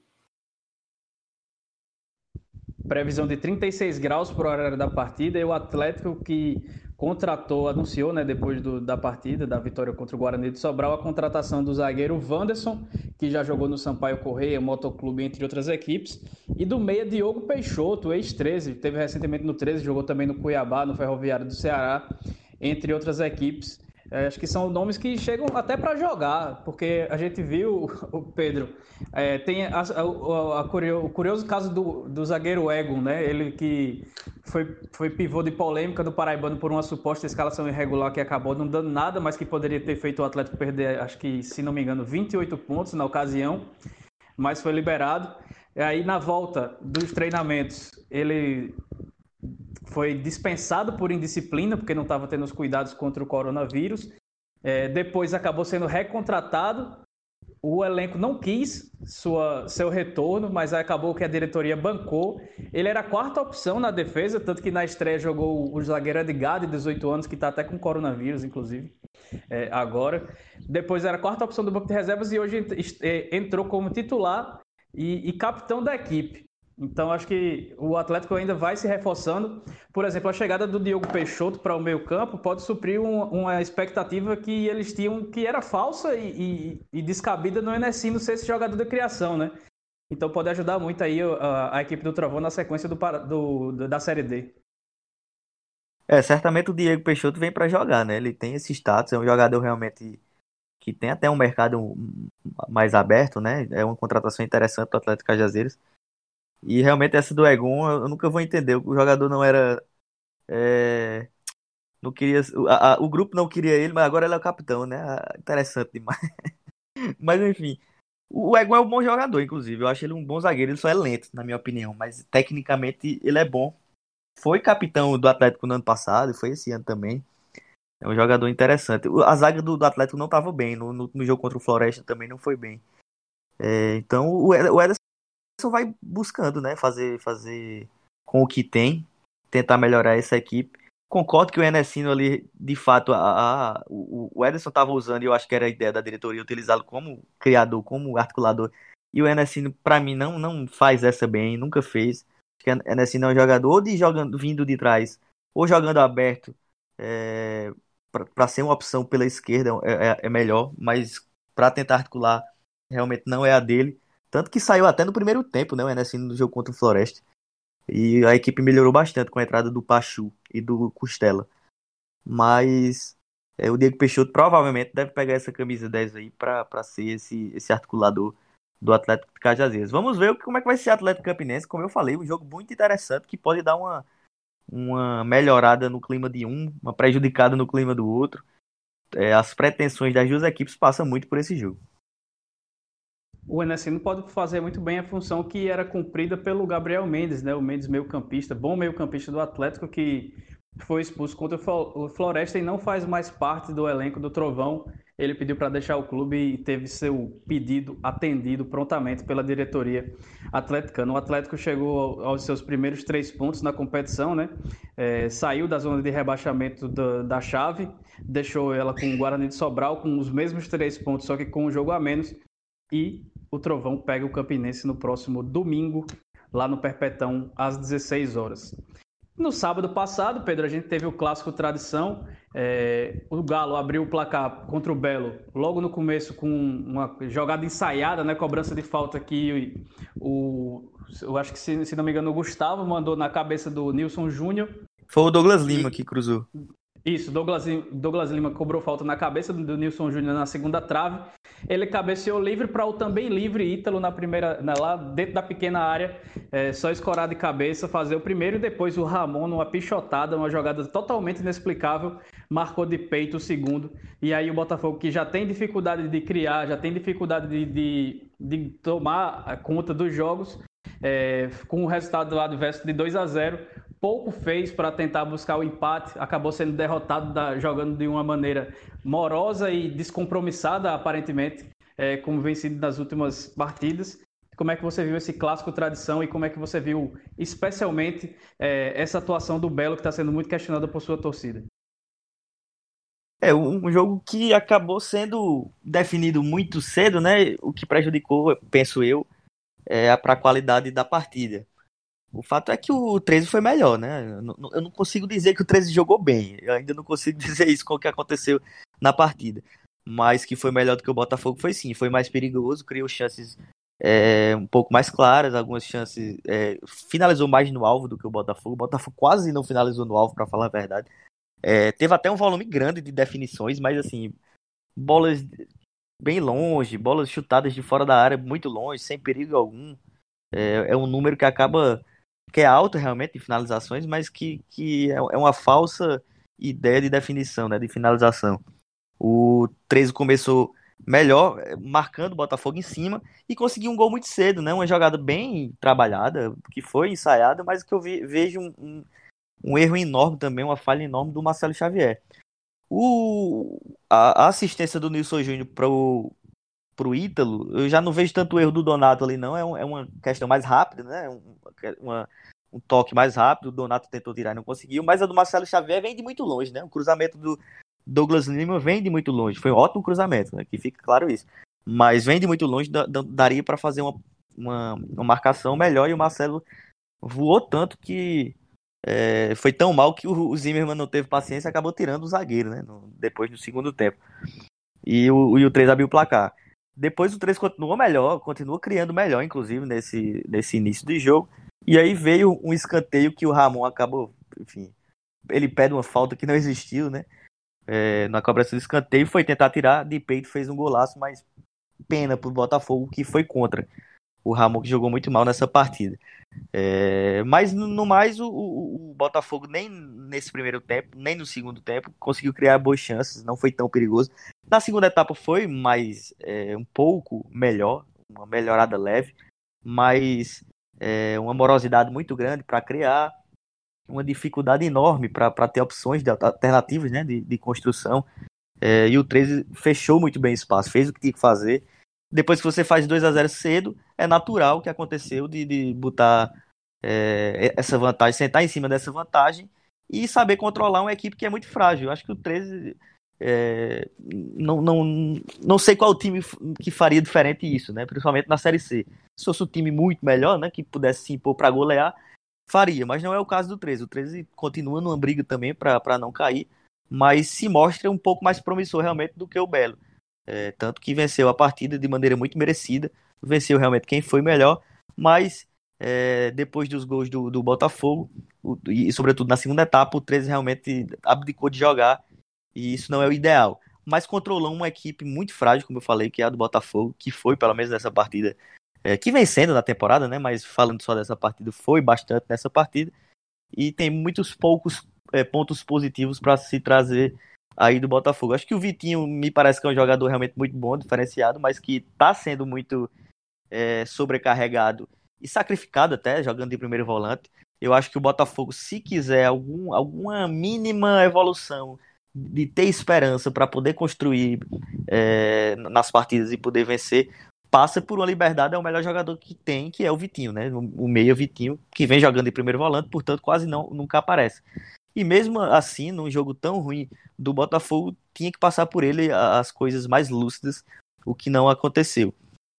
Previsão de trinta e seis graus para o horário da partida, e o Atlético que contratou, anunciou, né, depois do, da partida, da vitória contra o Guarani de Sobral, a contratação do zagueiro Wanderson, que já jogou no Sampaio Correia, Motoclube, entre outras equipes, e do meia Diogo Peixoto, ex-treze, teve recentemente no treze, jogou também no Cuiabá, no Ferroviário do Ceará, entre outras equipes. É, acho que são nomes que chegam até para jogar, porque a gente viu, o Pedro, é, tem a, a, a curio, o curioso caso do, do zagueiro Egon, né? Ele que foi, foi pivô de polêmica do Paraibano por uma suposta escalação irregular que acabou não dando nada, mas que poderia ter feito o Atlético perder, acho que, se não me engano, vinte e oito pontos na ocasião, mas foi liberado. E aí, na volta dos treinamentos, ele foi dispensado por indisciplina, porque não estava tendo os cuidados contra o coronavírus. É, depois acabou sendo recontratado O elenco não quis sua, seu retorno, mas acabou que a diretoria bancou. Ele era a quarta opção na defesa, tanto que na estreia jogou o zagueiro Edgar, de dezoito anos, que está até com coronavírus, inclusive, é, agora. Depois era a quarta opção do banco de reservas e hoje entrou como titular e, e capitão da equipe. Então, acho que o Atlético ainda vai se reforçando. Por exemplo, a chegada do Diogo Peixoto para o meio campo pode suprir um, uma expectativa que eles tinham, que era falsa e, e, e descabida no Enesino ser esse jogador de criação, né? Então pode ajudar muito aí a, a equipe do Trovão na sequência do, do, da Série D. É, certamente o Diego Peixoto vem para jogar, né? Ele tem esse status, é um jogador realmente que tem até um mercado mais aberto, né? É uma contratação interessante do Atlético Cajazeiras. E realmente essa do Egon, eu nunca vou entender. O jogador não era... É, não queria... A, a, o grupo não queria ele, mas agora ele é o capitão, né? Interessante demais. Mas enfim. O Egon é um bom jogador, inclusive. Eu acho ele um bom zagueiro. Ele só é lento, na minha opinião. Mas tecnicamente ele é bom. Foi capitão do Atlético no ano passado. E foi esse ano também. É um jogador interessante. A zaga do, do Atlético não estava bem. No, no, no jogo contra o Floresta também não foi bem. É, então o Ederson vai buscando, né, fazer, fazer com o que tem, tentar melhorar essa equipe. Concordo que o Enesino ali, de fato, a, a, o, o Ederson estava usando, e eu acho que era a ideia da diretoria, utilizá-lo como criador, como articulador, e o Enesino, para mim, não, não faz essa bem, nunca fez. Acho que o Enesino é um jogador ou de jogando, vindo de trás, ou jogando aberto, é, para ser uma opção pela esquerda é, é, é melhor, mas para tentar articular, realmente não é a dele. Tanto que saiu até no primeiro tempo, né, o Enesino no jogo contra o Floresta. E a equipe melhorou bastante com a entrada do Pachu e do Costela. Mas é, o Diego Peixoto provavelmente deve pegar essa camisa dez aí para ser esse, esse articulador do Atlético de Cajazeiras. Vamos ver como é que vai ser o Atlético Campinense. Como eu falei, um jogo muito interessante que pode dar uma, uma melhorada no clima de um, uma prejudicada no clima do outro. É, as pretensões das duas equipes passam muito por esse jogo. O Enesino pode fazer muito bem a função que era cumprida pelo Gabriel Mendes, né? O Mendes meio-campista, bom meio-campista do Atlético, que foi expulso contra o Floresta e não faz mais parte do elenco do Trovão. Ele pediu para deixar o clube e teve seu pedido atendido prontamente pela diretoria atleticana. O Atlético chegou aos seus primeiros três pontos na competição, né? É, saiu da zona de rebaixamento da, da chave, deixou ela com o Guarani de Sobral com os mesmos três pontos, só que com um jogo a menos. E o Trovão pega o Campinense no próximo domingo, lá no Perpetão, às dezesseis horas. No sábado passado, Pedro, a gente teve o clássico tradição. É, o Galo abriu o placar contra o Belo logo no começo com uma jogada ensaiada, né? Cobrança de falta que o, eu acho que, se, se não me engano, o Gustavo mandou na cabeça do Nilson Júnior. Foi o Douglas Lima e... que cruzou. Isso, Douglas, Douglas Lima cobrou falta na cabeça do Nilson Júnior na segunda trave. Ele cabeceou livre para o também livre Ítalo na primeira, na, lá dentro da pequena área, é, só escorar de cabeça, fazer o primeiro, e depois o Ramon, numa pichotada, uma jogada totalmente inexplicável, marcou de peito o segundo. E aí o Botafogo, que já tem dificuldade de criar, já tem dificuldade de, de, de tomar conta dos jogos, é, com o resultado lá adverso de dois a zero, pouco fez para tentar buscar o empate, acabou sendo derrotado da, jogando de uma maneira morosa e descompromissada, aparentemente, é, como vem sido nas últimas partidas. Como é que você viu esse clássico tradição e como é que você viu, especialmente, é, essa atuação do Belo, que está sendo muito questionada por sua torcida? É um jogo que acabou sendo definido muito cedo, né? O que prejudicou, penso eu, é para a qualidade da partida. O fato é que o treze foi melhor, né? Eu não consigo dizer que o treze jogou bem. Eu ainda não consigo dizer isso com o que aconteceu na partida. Mas que foi melhor do que o Botafogo foi sim. Foi mais perigoso, criou chances é, um pouco mais claras, algumas chances... É, finalizou mais no alvo do que o Botafogo. O Botafogo quase não finalizou no alvo, para falar a verdade. É, teve até um volume grande de definições, mas assim, bolas bem longe, bolas chutadas de fora da área muito longe, sem perigo algum. É, é um número que acaba... que é alto realmente de finalizações, mas que, que é uma falsa ideia de definição, né, de finalização. O treze começou melhor, marcando o Botafogo em cima, e conseguiu um gol muito cedo, né, uma jogada bem trabalhada, que foi ensaiada, mas que eu vi, vejo um, um, um erro enorme também, uma falha enorme do Marcelo Xavier. O, a, a assistência do Nilson Júnior para o pro Ítalo, eu já não vejo tanto erro do Donato ali, não. É, um, é uma questão mais rápida, né? Um, uma, um toque mais rápido. O Donato tentou tirar e não conseguiu. Mas a do Marcelo Xavier vem de muito longe, né? O cruzamento do Douglas Lima vem de muito longe. Foi um ótimo cruzamento, né? Que fica claro isso. Mas vem de muito longe, da, da, daria para fazer uma, uma, uma marcação melhor. E o Marcelo voou tanto que é, foi tão mal que o, o Zimmermann não teve paciência e acabou tirando o zagueiro, né? No, depois do segundo tempo. E o, e o três abriu o placar. Depois o três continuou melhor, continuou criando melhor, inclusive, nesse, nesse início de jogo. E aí veio um escanteio que o Ramon acabou, enfim, ele pede uma falta que não existiu, né? É, na cobrança do escanteio, foi tentar tirar de peito, fez um golaço, mas pena pro Botafogo que foi contra. O Ramon que jogou muito mal nessa partida. É, mas no mais, o, o, o Botafogo nem nesse primeiro tempo, nem no segundo tempo, conseguiu criar boas chances, não foi tão perigoso. Na segunda etapa foi mais é, um pouco melhor, uma melhorada leve, mas é, uma morosidade muito grande para criar, uma dificuldade enorme para ter opções de alternativas, né, de, de construção. É, e o treze fechou muito bem o espaço, fez o que tinha que fazer. Depois que você faz dois a zero cedo, é natural o que aconteceu de, de botar é, essa vantagem, sentar em cima dessa vantagem e saber controlar uma equipe que é muito frágil. Eu acho que o treze, é, não, não, não sei qual time que faria diferente isso, né? Principalmente na Série C. Se fosse um time muito melhor, né, que pudesse se impor para golear, faria, mas não é o caso do treze. O treze continua numa briga também para não cair, mas se mostra um pouco mais promissor realmente do que o Belo. É, tanto que venceu a partida de maneira muito merecida, venceu realmente quem foi melhor, mas é, depois dos gols do, do Botafogo, o, e sobretudo na segunda etapa, o treze realmente abdicou de jogar, e isso não é o ideal. Mas controlou uma equipe muito frágil, como eu falei, que é a do Botafogo, que foi, pelo menos nessa partida, é, que vem sendo na temporada, né? Mas falando só dessa partida, foi bastante nessa partida, e tem muitos poucos é, pontos positivos para se trazer aí do Botafogo. Acho que o Vitinho me parece que é um jogador realmente muito bom, diferenciado, mas que está sendo muito é, sobrecarregado e sacrificado até, jogando de primeiro volante. Eu acho que o Botafogo, se quiser algum, alguma mínima evolução de ter esperança para poder construir é, nas partidas e poder vencer, passa por uma liberdade, é o melhor jogador que tem, que é o Vitinho, né? O meia Vitinho, que vem jogando de primeiro volante, portanto quase não, nunca aparece. E mesmo assim, num jogo tão ruim do Botafogo, tinha que passar por ele as coisas mais lúcidas, o que não aconteceu.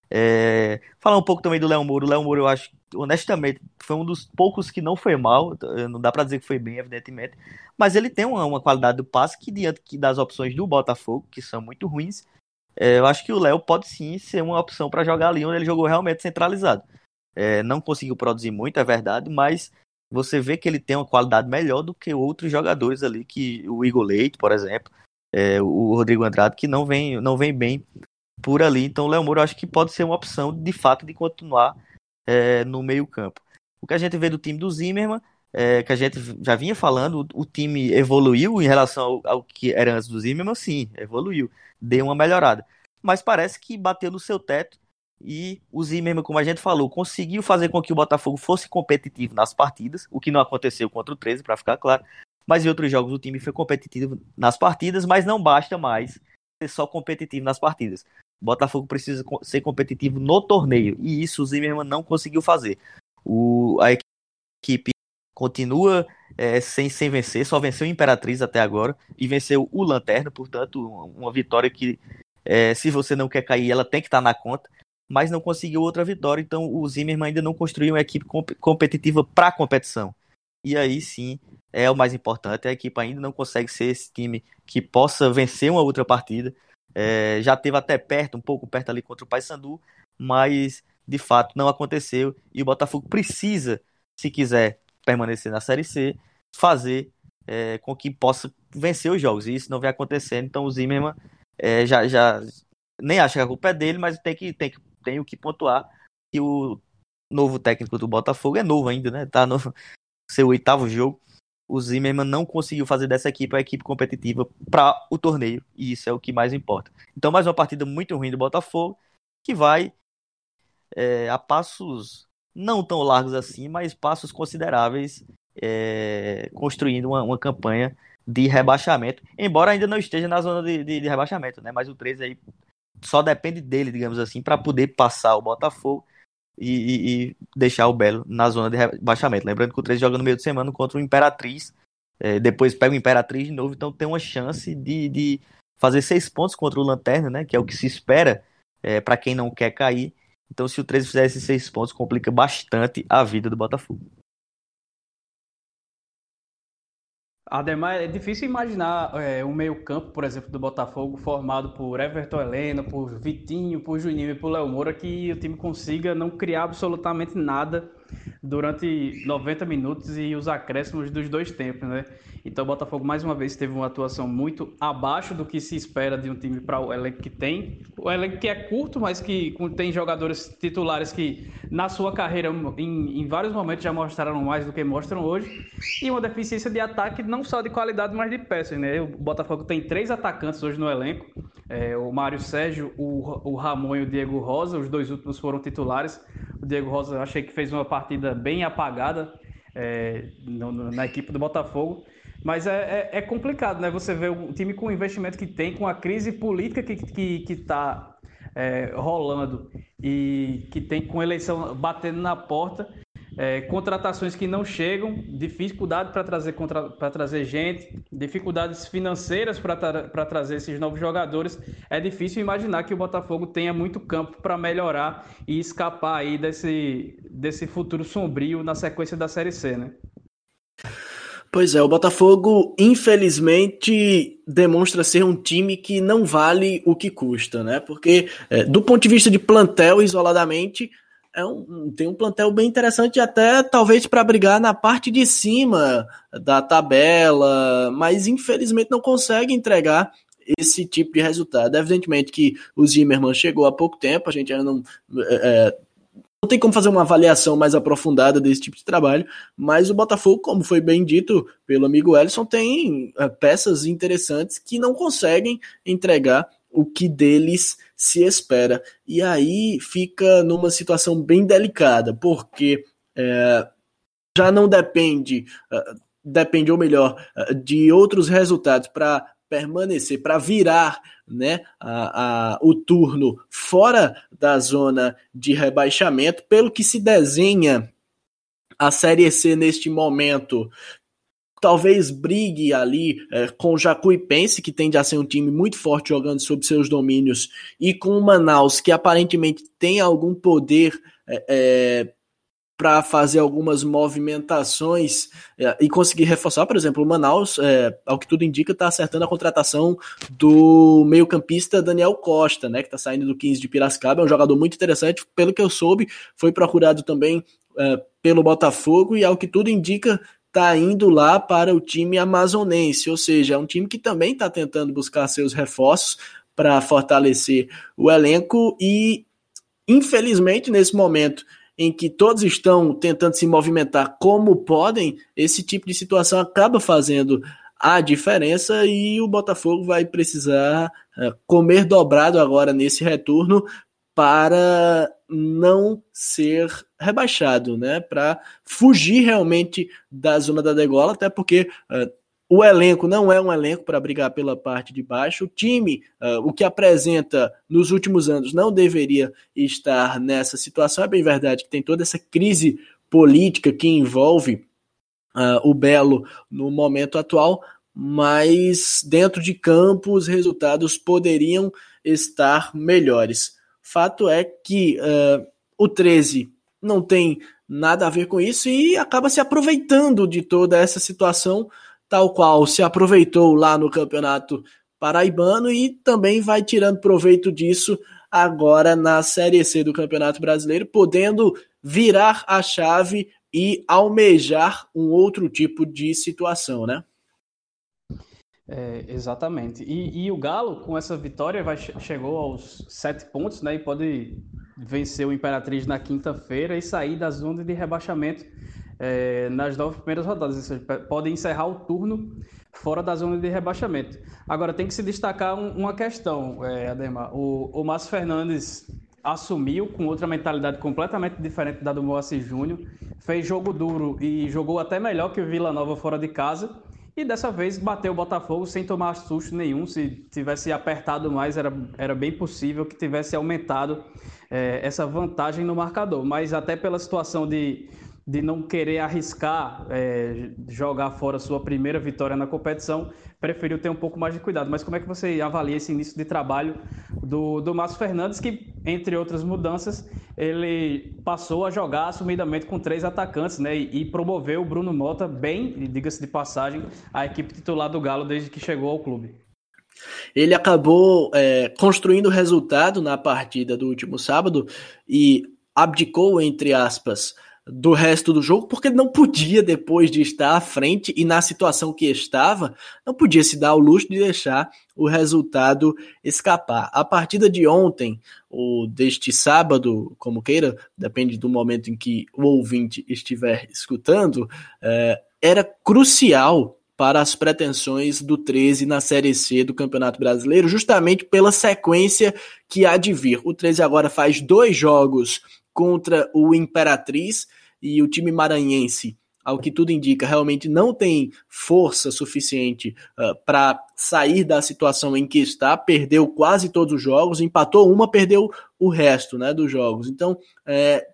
É... Falar um pouco também do Léo Moura. O Léo Moura, eu acho, honestamente, foi um dos poucos que não foi mal. Não dá para dizer que foi bem, evidentemente. Mas ele tem uma, uma qualidade do passe que, diante das opções do Botafogo, que são muito ruins, é, eu acho que o Léo pode sim ser uma opção para jogar ali onde ele jogou realmente centralizado. É, não conseguiu produzir muito, é verdade, mas você vê que ele tem uma qualidade melhor do que outros jogadores ali, que o Igor Leite, por exemplo, é, o Rodrigo Andrade, que não vem, não vem bem por ali. Então o Léo Moura, eu acho que pode ser uma opção, de fato, de continuar é, no meio campo. O que a gente vê do time do Zimmermann, é, que a gente já vinha falando, o, o time evoluiu em relação ao, ao que era antes do Zimmermann, sim, evoluiu, deu uma melhorada. Mas parece que bateu no seu teto, e o Zimmermann, como a gente falou, conseguiu fazer com que o Botafogo fosse competitivo nas partidas, o que não aconteceu contra o treze, para ficar claro. Mas em outros jogos o time foi competitivo nas partidas, mas não basta mais ser só competitivo nas partidas. O Botafogo precisa ser competitivo no torneio, e isso o Zimmermann não conseguiu fazer. O, a equipe continua é, sem, sem vencer, só venceu o Imperatriz até agora, e venceu o Lanterna, portanto, uma vitória que, é, se você não quer cair, ela tem que estar na conta, mas não conseguiu outra vitória. Então o Zimmermann ainda não construiu uma equipe comp- competitiva para a competição. E aí sim, é o mais importante, a equipe ainda não consegue ser esse time que possa vencer uma outra partida. É, já teve até perto, um pouco perto ali contra o Paysandu, mas de fato não aconteceu, e o Botafogo precisa, se quiser permanecer na Série C, fazer é, com que possa vencer os jogos, e isso não vem acontecendo. Então o Zimmermann é, já, já nem acha que a culpa é dele, mas tem que, tem que tenho que pontuar que o novo técnico do Botafogo é novo ainda, né? Tá no seu oitavo jogo. O Zimmermann não conseguiu fazer dessa equipe a equipe competitiva para o torneio, e isso é o que mais importa. Então, mais uma partida muito ruim do Botafogo, que vai é, a passos não tão largos assim, mas passos consideráveis, é, construindo uma, uma campanha de rebaixamento, embora ainda não esteja na zona de, de, de rebaixamento, né? Mas o treze aí só depende dele, digamos assim, para poder passar o Botafogo e, e, e deixar o Belo na zona de rebaixamento. Lembrando que o treze joga no meio de semana contra o Imperatriz, é, depois pega o Imperatriz de novo, então tem uma chance de, de fazer seis pontos contra o Lanterna, né, que é o que se espera é, para quem não quer cair. Então, se o treze fizer esses seis pontos, complica bastante a vida do Botafogo. Ademais, é difícil imaginar é, um meio-campo, por exemplo, do Botafogo formado por Everton Heleno, por Vitinho, por Juninho e por Léo Moura, que o time consiga não criar absolutamente nada durante noventa minutos e os acréscimos dos dois tempos, né? Então o Botafogo mais uma vez teve uma atuação muito abaixo do que se espera de um time para o elenco que tem. O elenco que é curto, mas que tem jogadores titulares que na sua carreira em, em vários momentos já mostraram mais do que mostram hoje. E uma deficiência de ataque não só de qualidade, mas de peças, né? O Botafogo tem três atacantes hoje no elenco. É, o Mário Sérgio, o, o Ramon e o Diego Rosa, os dois últimos foram titulares. O Diego Rosa eu achei que fez uma partida bem apagada é, no, no, na equipe do Botafogo. Mas é, é, é complicado, né? Você vê o time com o investimento que tem, com a crise política que está que, que tá, é, rolando e que tem com a eleição batendo na porta, é, contratações que não chegam, dificuldade para trazer, para trazer gente, dificuldades financeiras para tra trazer esses novos jogadores. É difícil imaginar que o Botafogo tenha muito campo para melhorar e escapar aí desse, desse futuro sombrio na sequência da Série C, né? Pois é, o Botafogo, infelizmente, demonstra ser um time que não vale o que custa, né? Porque, é, do ponto de vista de plantel, isoladamente, é um, tem um plantel bem interessante, até talvez para brigar na parte de cima da tabela, mas infelizmente não consegue entregar esse tipo de resultado. Evidentemente que o Zimmermann chegou há pouco tempo, a gente ainda não... É, Não tem como fazer uma avaliação mais aprofundada desse tipo de trabalho, mas o Botafogo, como foi bem dito pelo amigo Ellison, tem uh, peças interessantes que não conseguem entregar o que deles se espera. E aí fica numa situação bem delicada, porque é, já não depende, uh, depende ou melhor, uh, de outros resultados para permanecer, para virar, né, a, a, o turno fora da zona de rebaixamento. Pelo que se desenha a Série C neste momento, talvez brigue ali é, com o Jacuipense, que tende a ser um time muito forte jogando sob seus domínios, e com o Manaus, que aparentemente tem algum poder é, é, para fazer algumas movimentações é, e conseguir reforçar. Por exemplo, o Manaus, é, ao que tudo indica, está acertando a contratação do meio-campista Daniel Costa, né, que está saindo do quinze de Piracicaba. É um jogador muito interessante, pelo que eu soube, foi procurado também é, pelo Botafogo e, ao que tudo indica, está indo lá para o time amazonense, ou seja, é um time que também está tentando buscar seus reforços para fortalecer o elenco e, infelizmente, nesse momento em que todos estão tentando se movimentar como podem, esse tipo de situação acaba fazendo a diferença e o Botafogo vai precisar é, comer dobrado agora nesse retorno para não ser rebaixado, né? Para fugir realmente da zona da degola, até porque uh, o elenco não é um elenco para brigar pela parte de baixo. O time, uh, o que apresenta nos últimos anos, não deveria estar nessa situação. É bem verdade que tem toda essa crise política que envolve uh, o Belo no momento atual, mas dentro de campo os resultados poderiam estar melhores. Fato é que uh, o treze não tem nada a ver com isso e acaba se aproveitando de toda essa situação, tal qual se aproveitou lá no Campeonato Paraibano e também vai tirando proveito disso agora na Série C do Campeonato Brasileiro, podendo virar a chave e almejar um outro tipo de situação, né? É, exatamente. E, e o Galo, com essa vitória, vai, chegou aos sete pontos, né? E pode vencer o Imperatriz na quinta-feira e sair da zona de rebaixamento é, nas nove primeiras rodadas. Ou seja, pode encerrar o turno fora da zona de rebaixamento. Agora, tem que se destacar um, uma questão, é, Ademar. O, o Márcio Fernandes assumiu com outra mentalidade completamente diferente da do Moacir Júnior, fez jogo duro e jogou até melhor que o Vila Nova fora de casa. E dessa vez bateu o Botafogo sem tomar susto nenhum. Se tivesse apertado mais, era, era bem possível que tivesse aumentado é, essa vantagem no marcador. Mas até pela situação de, de não querer arriscar é, jogar fora sua primeira vitória na competição, preferiu ter um pouco mais de cuidado. Mas como é que você avalia esse início de trabalho do, do Márcio Fernandes, que, entre outras mudanças, ele passou a jogar assumidamente com três atacantes, né? E, e promoveu o Bruno Mota bem, diga-se de passagem, a equipe titular do Galo desde que chegou ao clube. Ele acabou é, construindo o resultado na partida do último sábado e abdicou, entre aspas, do resto do jogo, porque ele não podia, depois de estar à frente e na situação que estava, não podia se dar o luxo de deixar o resultado escapar. A partida de ontem, ou deste sábado, como queira, depende do momento em que o ouvinte estiver escutando, é, era crucial para as pretensões do treze na Série C do Campeonato Brasileiro, justamente pela sequência que há de vir. O treze agora faz dois jogos contra o Imperatriz, e o time maranhense, ao que tudo indica, realmente não tem força suficiente uh, para sair da situação em que está, perdeu quase todos os jogos, empatou uma, perdeu o resto, né, dos jogos. Então, é,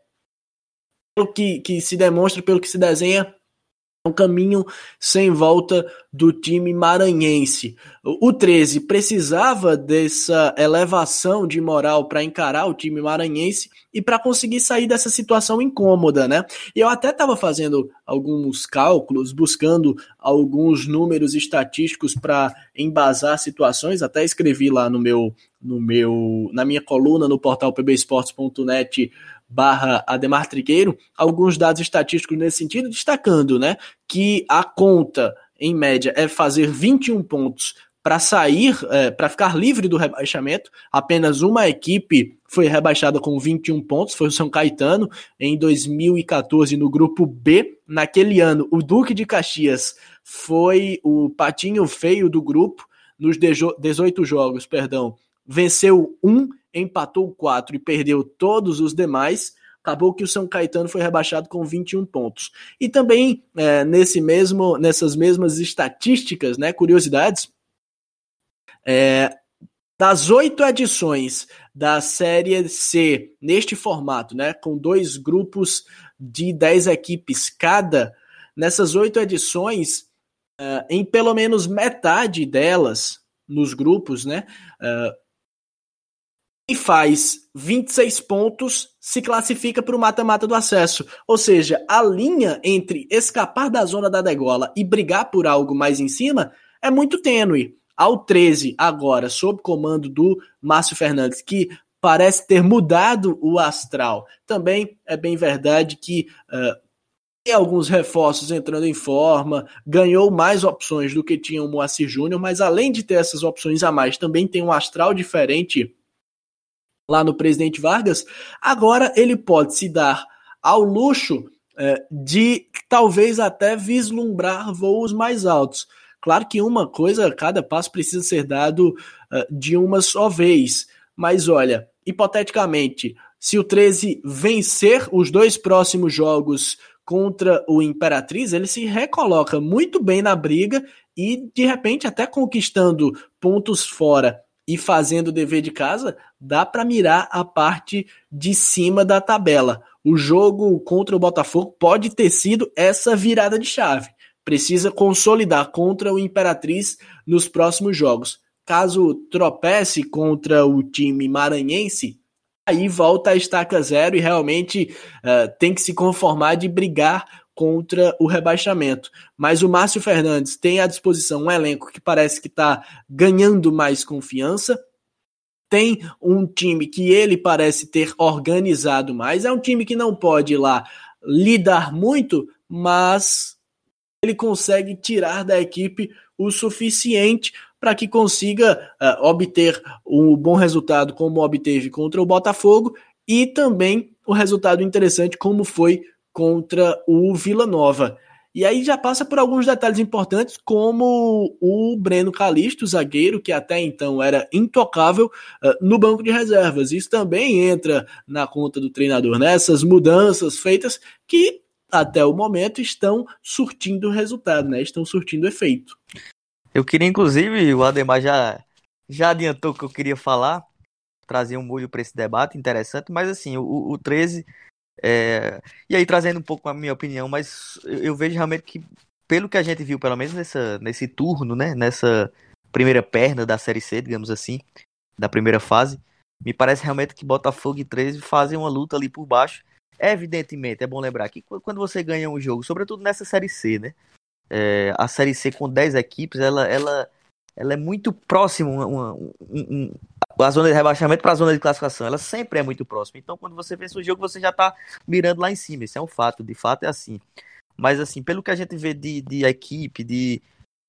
pelo que, que se demonstra, pelo que se desenha, um caminho sem volta do time maranhense. O treze precisava dessa elevação de moral para encarar o time maranhense e para conseguir sair dessa situação incômoda, né? E eu até estava fazendo alguns cálculos, buscando alguns números estatísticos para embasar situações, até escrevi lá no meu, no meu, na minha coluna no portal p b esportes ponto net barra Ademar Trigueiro, alguns dados estatísticos nesse sentido, destacando, né, que a conta, em média, é fazer vinte e um pontos para sair, é, para ficar livre do rebaixamento. Apenas uma equipe foi rebaixada com vinte e um pontos, foi o São Caetano, em dois mil e catorze, no grupo B. Naquele ano, o Duque de Caxias foi o patinho feio do grupo, nos dezoito jogos, perdão, venceu um, empatou quatro e perdeu todos os demais. Acabou que o São Caetano foi rebaixado com vinte e um pontos. E também, é, nesse mesmo, nessas mesmas estatísticas, né, curiosidades, é, das oito edições da Série C, neste formato, né, com dois grupos de dez equipes cada, nessas oito edições, é, em pelo menos metade delas, nos grupos, né, é, e faz vinte e seis pontos, se classifica para o mata-mata do acesso. Ou seja, a linha entre escapar da zona da degola e brigar por algo mais em cima é muito tênue. Ao treze, agora, sob comando do Márcio Fernandes, que parece ter mudado o astral, também é bem verdade que uh, tem alguns reforços entrando em forma, ganhou mais opções do que tinha o Moacir Júnior, mas além de ter essas opções a mais, também tem um astral diferente lá no Presidente Vargas. Agora ele pode se dar ao luxo é, de talvez até vislumbrar voos mais altos. Claro que uma coisa, cada passo precisa ser dado uh, de uma só vez, mas olha, hipoteticamente, se o treze vencer os dois próximos jogos contra o Imperatriz, ele se recoloca muito bem na briga e de repente até conquistando pontos fora e fazendo o dever de casa, dá para mirar a parte de cima da tabela. O jogo contra o Botafogo pode ter sido essa virada de chave. Precisa consolidar contra o Imperatriz nos próximos jogos. Caso tropece contra o time maranhense, aí volta a estaca zero e realmente uh, tem que se conformar de brigar contra o rebaixamento. Mas o Márcio Fernandes tem à disposição um elenco que parece que está ganhando mais confiança, tem um time que ele parece ter organizado mais, é um time que não pode ir lá lidar muito, mas ele consegue tirar da equipe o suficiente para que consiga uh, obter um bom resultado como obteve contra o Botafogo e também o resultado interessante como foi contra o Vila Nova. E aí já passa por alguns detalhes importantes, como o Breno Calixto, zagueiro, que até então era intocável uh, no banco de reservas. Isso também entra na conta do treinador, né? Essas mudanças feitas que até o momento, estão surtindo resultado, né? Estão surtindo efeito. Eu queria, inclusive, o Ademar já, já adiantou o que eu queria falar, trazer um molho para esse debate interessante, mas assim, o, o treze, é... e aí trazendo um pouco a minha opinião, mas eu, eu vejo realmente que, pelo que a gente viu, pelo menos nessa, nesse turno, né, nessa primeira perna da Série C, digamos assim, da primeira fase, me parece realmente que Botafogo e treze fazem uma luta ali por baixo. Evidentemente, é bom lembrar que quando você ganha um jogo, sobretudo nessa Série C, né, é, a Série C com dez equipes, ela, ela, ela é muito próxima, uma, uma, um, um, a zona de rebaixamento para a zona de classificação, ela sempre é muito próxima. Então, quando você vence o jogo, você já está mirando lá em cima. Isso é um fato, de fato é assim. Mas, assim, pelo que a gente vê de, de equipe, de,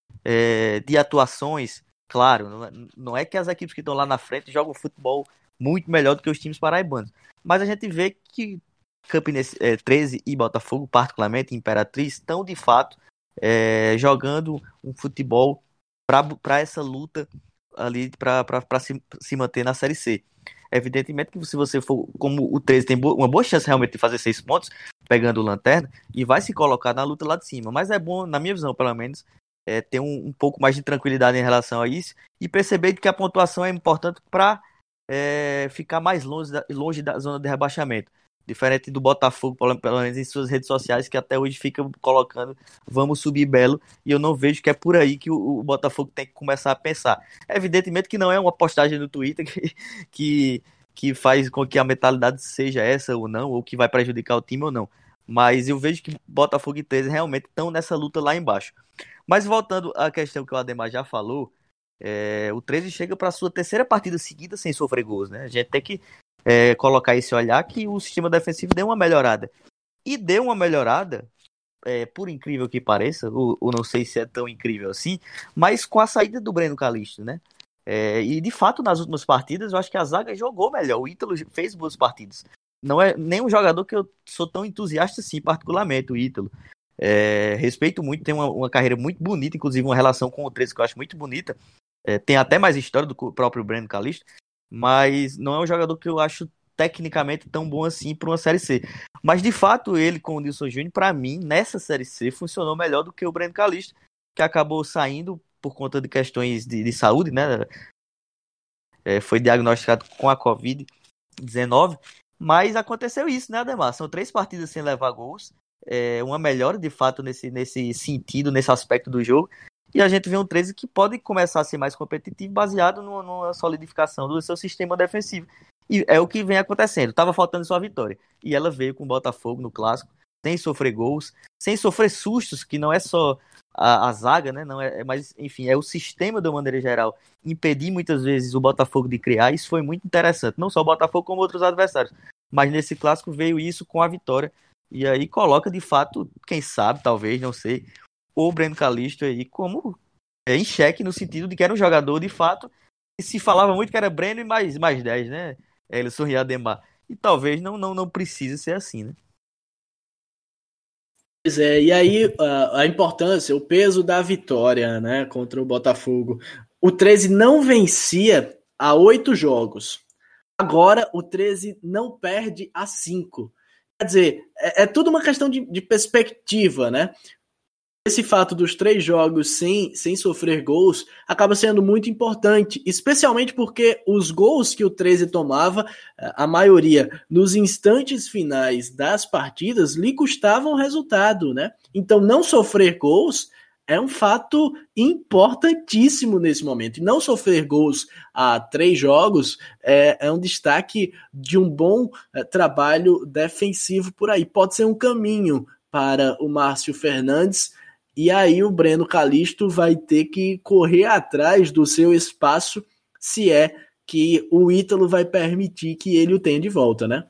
é, de atuações, claro, não é, não é que as equipes que estão lá na frente jogam futebol muito melhor do que os times paraibanos. Mas a gente vê que Campinense é, treze e Botafogo, particularmente Imperatriz, estão de fato é, jogando um futebol para essa luta ali, para se, se manter na Série C. Evidentemente que se você for, como o treze tem bo- uma boa chance realmente de fazer seis pontos, pegando o Lanterna, e vai se colocar na luta lá de cima. Mas é bom, na minha visão, pelo menos, é, ter um, um pouco mais de tranquilidade em relação a isso e perceber que a pontuação é importante para é, ficar mais longe da, longe da zona de rebaixamento. Diferente do Botafogo, pelo menos em suas redes sociais, que até hoje fica colocando vamos subir belo, e eu não vejo que é por aí que o, o Botafogo tem que começar a pensar. Evidentemente que não é uma postagem no Twitter que, que, que faz com que a mentalidade seja essa ou não, ou que vai prejudicar o time ou não. Mas eu vejo que Botafogo e treze realmente estão nessa luta lá embaixo. Mas voltando à questão que o Ademar já falou, é, o treze chega para a sua terceira partida seguida sem sofrer gols, né? A gente tem que é, colocar esse olhar que o sistema defensivo deu uma melhorada. E deu uma melhorada, é, por incrível que pareça, ou, ou não sei se é tão incrível assim, mas com a saída do Breno Calixto, né? É, e de fato, nas últimas partidas, eu acho que a zaga jogou melhor. O Ítalo fez boas partidas. Não é nenhum jogador que eu sou tão entusiasta assim, particularmente, o Ítalo. É, respeito muito, tem uma, uma carreira muito bonita, inclusive uma relação com o treze que eu acho muito bonita. É, tem até mais história do que o próprio Breno Calixto, mas não é um jogador que eu acho tecnicamente tão bom assim para uma Série C. Mas de fato, ele com o Nilson Júnior, para mim, nessa Série C, funcionou melhor do que o Breno Calixto, que acabou saindo por conta de questões de, de saúde, né? É, foi diagnosticado com a covid dezenove, mas aconteceu isso, né, Ademar? São três partidas sem levar gols, é, uma melhora de fato nesse, nesse sentido, nesse aspecto do jogo. E a gente vê um treze que pode começar a ser mais competitivo baseado no, numa solidificação do seu sistema defensivo. E é o que vem acontecendo. Estava faltando só a vitória. E ela veio com o Botafogo no Clássico, sem sofrer gols, sem sofrer sustos, que não é só a, a zaga, né? Não é, mas, enfim, é o sistema de uma maneira geral. Impedir muitas vezes o Botafogo de criar. Isso foi muito interessante. Não só o Botafogo, como outros adversários. Mas nesse Clássico veio isso com a vitória. E aí coloca, de fato, quem sabe, talvez, não sei, o Breno Calixto aí como é, em xeque, no sentido de que era um jogador de fato, e se falava muito que era Breno e mais, mais dez, né? Elison e Ademar. E talvez não, não, não precise ser assim, né? Pois é, e aí a, a importância, o peso da vitória, né, contra o Botafogo. O treze não vencia há oito jogos. Agora o treze não perde há cinco. Quer dizer, é, é tudo uma questão de, de perspectiva, né? Esse fato dos três jogos sem, sem sofrer gols acaba sendo muito importante, especialmente porque os gols que o treze tomava, a maioria nos instantes finais das partidas, lhe custavam resultado, né? Então não sofrer gols é um fato importantíssimo nesse momento. E não sofrer gols a três jogos é, é um destaque de um bom é, trabalho defensivo por aí. Pode ser um caminho para o Márcio Fernandes. E aí o Breno Calixto vai ter que correr atrás do seu espaço, se é que o Ítalo vai permitir que ele o tenha de volta, né?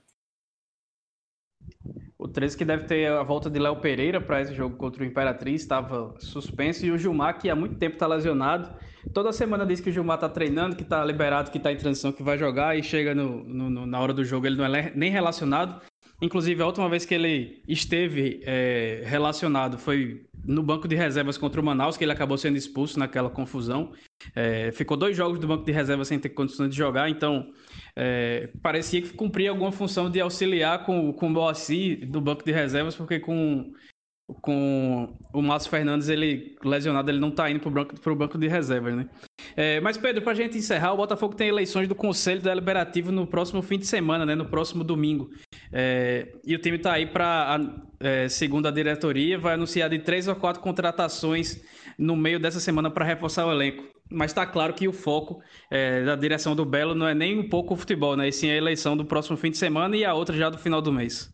O treze que deve ter a volta de Léo Pereira para esse jogo contra o Imperatriz, estava suspenso, e o Gilmar, que há muito tempo está lesionado. Toda semana diz que o Gilmar está treinando, que está liberado, que está em transição, que vai jogar, e chega no, no, na hora do jogo ele não é nem relacionado. Inclusive, a última vez que ele esteve é, relacionado foi no banco de reservas contra o Manaus, que ele acabou sendo expulso naquela confusão. É, ficou dois jogos do banco de reservas sem ter condições de jogar, então é, parecia que cumpria alguma função de auxiliar com, com o Moacir do banco de reservas, porque com, com o Márcio Fernandes, ele lesionado, ele não está indo para o banco, banco de reservas, né? É, mas, Pedro, para a gente encerrar, o Botafogo tem eleições do Conselho Deliberativo no próximo fim de semana, né? No próximo domingo. É, e o time está aí para, é, segundo a diretoria, vai anunciar de três ou quatro contratações no meio dessa semana para reforçar o elenco. Mas está claro que o foco é, da direção do Belo não é nem um pouco o futebol, né? E sim a eleição do próximo fim de semana e a outra já do final do mês.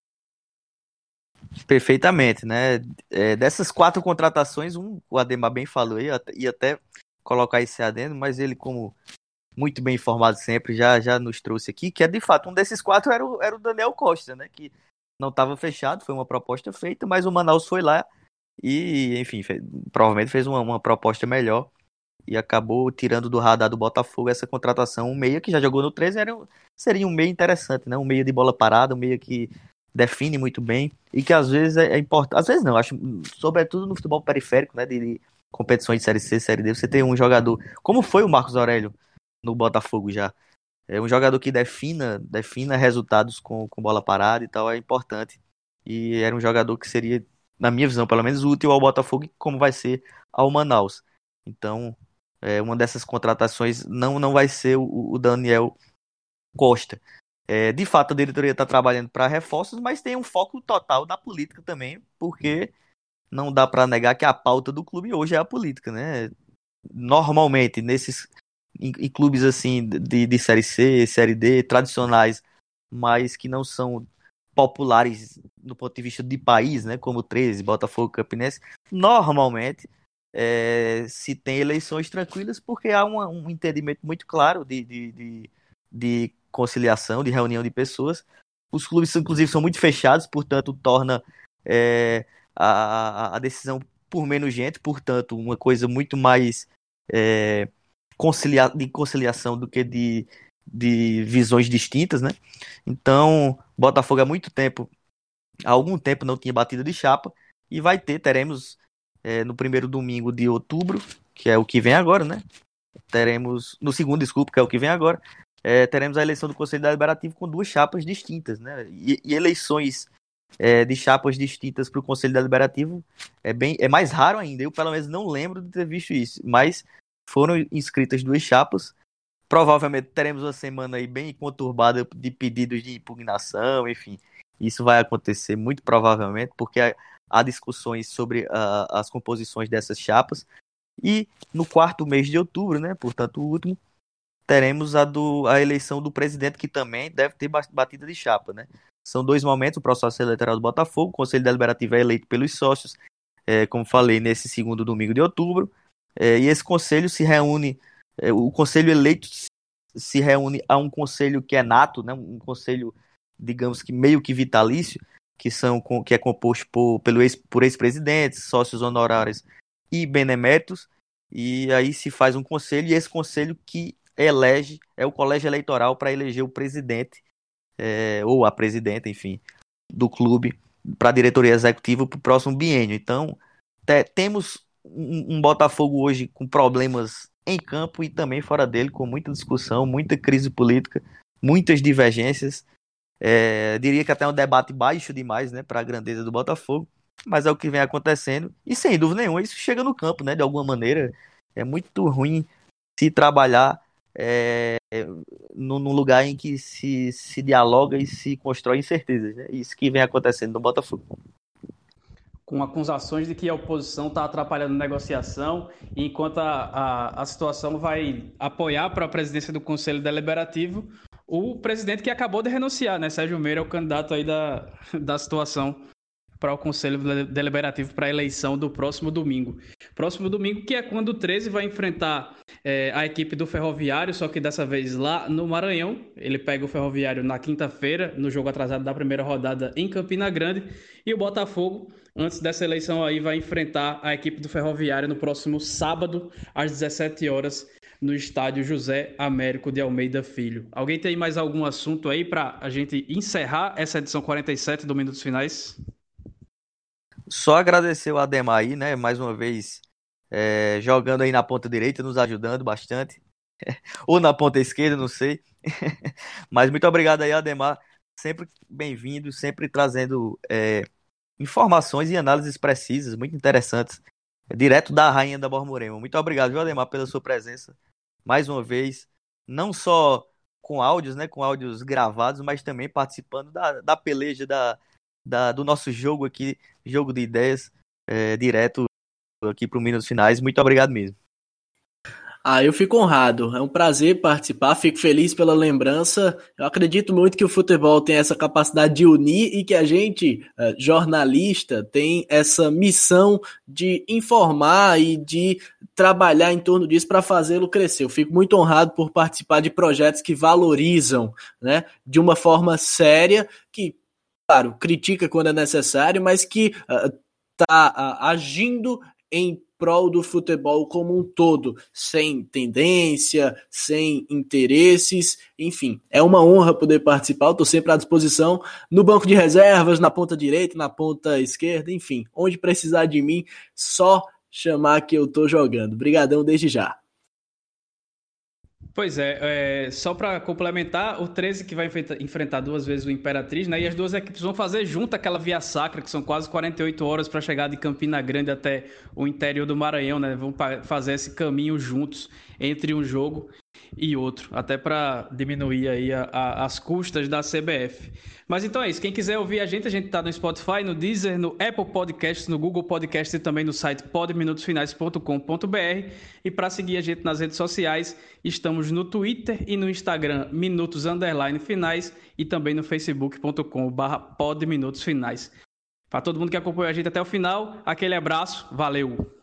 Perfeitamente, né? É, dessas quatro contratações, um, o Ademar bem falou aí, ia até colocar esse adendo, mas ele, como muito bem informado sempre, já, já nos trouxe aqui, que é de fato, um desses quatro era o, era o Daniel Costa, né? Que não estava fechado, foi uma proposta feita, mas o Manaus foi lá e, enfim, fez, provavelmente fez uma, uma proposta melhor e acabou tirando do radar do Botafogo essa contratação. Um meia que já jogou no treze era, seria um meia interessante, né? Um meia de bola parada, um meia que define muito bem e que às vezes é, é importante, às vezes não, acho, sobretudo no futebol periférico, né? De, de competições de Série C, Série D, você tem um jogador, como foi o Marcos Aurélio no Botafogo já, é um jogador que defina, defina resultados com, com bola parada e tal, é importante. E era um jogador que seria, na minha visão, pelo menos útil ao Botafogo, como vai ser ao Manaus. Então, é, uma dessas contratações não, não vai ser o, o Daniel Costa. É, de fato, a diretoria está trabalhando para reforços, mas tem um foco total na política também, porque não dá para negar que a pauta do clube hoje é a política, né? Normalmente, nesses em, em clubes assim de, de Série C, Série D, tradicionais, mas que não são populares no ponto de vista de país, né? Como o treze, Botafogo, Campinense, normalmente é, se tem eleições tranquilas porque há uma, um entendimento muito claro de, de, de, de conciliação, de reunião de pessoas. Os clubes, inclusive, são muito fechados, portanto, torna é, a, a decisão por menos gente, portanto, uma coisa muito mais é, concilia, de conciliação do que de, de visões distintas, né? Então, Botafogo há muito tempo, há algum tempo não tinha batida de chapa, e vai ter, teremos é, no primeiro domingo de outubro, que é o que vem agora, né? Teremos, no segundo, desculpa, que é o que vem agora, é, teremos a eleição do Conselho Deliberativo com duas chapas distintas, né? E, e eleições é, de chapas distintas para o Conselho Deliberativo é, bem, é mais raro ainda. Eu, pelo menos, não lembro de ter visto isso, mas foram inscritas duas chapas. Provavelmente teremos uma semana aí bem conturbada de pedidos de impugnação, enfim. Isso vai acontecer muito provavelmente, porque há, há discussões sobre uh, as composições dessas chapas. E no quarto mês de outubro, né, portanto o último, teremos a, do, a eleição do presidente, que também deve ter batida de chapa, né? São dois momentos, o processo eleitoral do Botafogo, o Conselho Deliberativo é eleito pelos sócios, é, como falei, nesse segundo domingo de outubro, é, e esse conselho se reúne, é, o conselho eleito se reúne a um conselho que é nato, né? Um conselho, digamos que meio que vitalício, que, são, que é composto por, pelo ex, por ex-presidentes, sócios honorários e beneméritos, e aí se faz um conselho, e esse conselho que elege, é o colégio eleitoral para eleger o presidente, é, ou a presidenta, enfim, do clube, para a diretoria executiva para o próximo biênio. Então, te, temos um, um Botafogo hoje com problemas em campo e também fora dele, com muita discussão, muita crise política, muitas divergências, é, diria que até um debate baixo demais, né, para a grandeza do Botafogo, mas é o que vem acontecendo, e sem dúvida nenhuma isso chega no campo, né, de alguma maneira. É muito ruim se trabalhar é, num lugar em que se, se dialoga e se constrói incertezas, né? Isso que vem acontecendo no Botafogo. Com acusações de que a oposição está atrapalhando a negociação, enquanto a, a, a situação vai apoiar para a presidência do Conselho Deliberativo o presidente que acabou de renunciar, né? Sérgio Meira é o candidato aí da, da situação para o Conselho Deliberativo para a eleição do próximo domingo. Próximo domingo, que é quando o treze vai enfrentar é, a equipe do Ferroviário, só que dessa vez lá no Maranhão. Ele pega o Ferroviário na quinta-feira, no jogo atrasado da primeira rodada em Campina Grande. E o Botafogo, antes dessa eleição aí, vai enfrentar a equipe do Ferroviário no próximo sábado, às dezessete horas, no estádio José Américo de Almeida Filho. Alguém tem mais algum assunto aí para a gente encerrar essa edição quarenta e sete do Minutos Finais? Só agradecer o Ademar aí, né? Mais uma vez, é, jogando aí na ponta direita, nos ajudando bastante. Ou na ponta esquerda, não sei. Mas muito obrigado aí, Ademar. Sempre bem-vindo, sempre trazendo é, informações e análises precisas, muito interessantes, direto da Rainha da Borborema. Muito obrigado, viu, Ademar, pela sua presença mais uma vez, não só com áudios, né, com áudios gravados, mas também participando da, da peleja da, da, do nosso jogo aqui, jogo de ideias, é, direto aqui para os Minutos Finais. Muito obrigado mesmo. Ah, eu fico honrado, é um prazer participar, fico feliz pela lembrança. Eu acredito muito que o futebol tem essa capacidade de unir e que a gente, jornalista, tem essa missão de informar e de trabalhar em torno disso para fazê-lo crescer. Eu fico muito honrado por participar de projetos que valorizam, né, de uma forma séria, que, claro, critica quando é necessário, mas que está uh, uh, agindo em prol do futebol como um todo, sem tendência, sem interesses, enfim, é uma honra poder participar, eu estou sempre à disposição no banco de reservas, na ponta direita, na ponta esquerda, enfim, onde precisar de mim, só chamar que eu estou jogando. Obrigadão desde já. Pois é, é só para complementar, o treze que vai enfrentar duas vezes o Imperatriz, né? E as duas equipes vão fazer junto aquela via sacra, que são quase quarenta e oito horas para chegar de Campina Grande até o interior do Maranhão, né? Vão fazer esse caminho juntos entre um jogo e outro, até para diminuir aí a, a, as custas da C B F. Mas então é isso, quem quiser ouvir a gente, a gente tá no Spotify, no Deezer, no Apple Podcasts, no Google Podcasts e também no site pod minutos finais ponto com ponto b r. E para seguir a gente nas redes sociais, estamos no Twitter e no Instagram, Minutos Underline Finais, e também no facebook ponto com barra pod minutos finais. Para todo mundo que acompanhou a gente até o final, aquele abraço, valeu!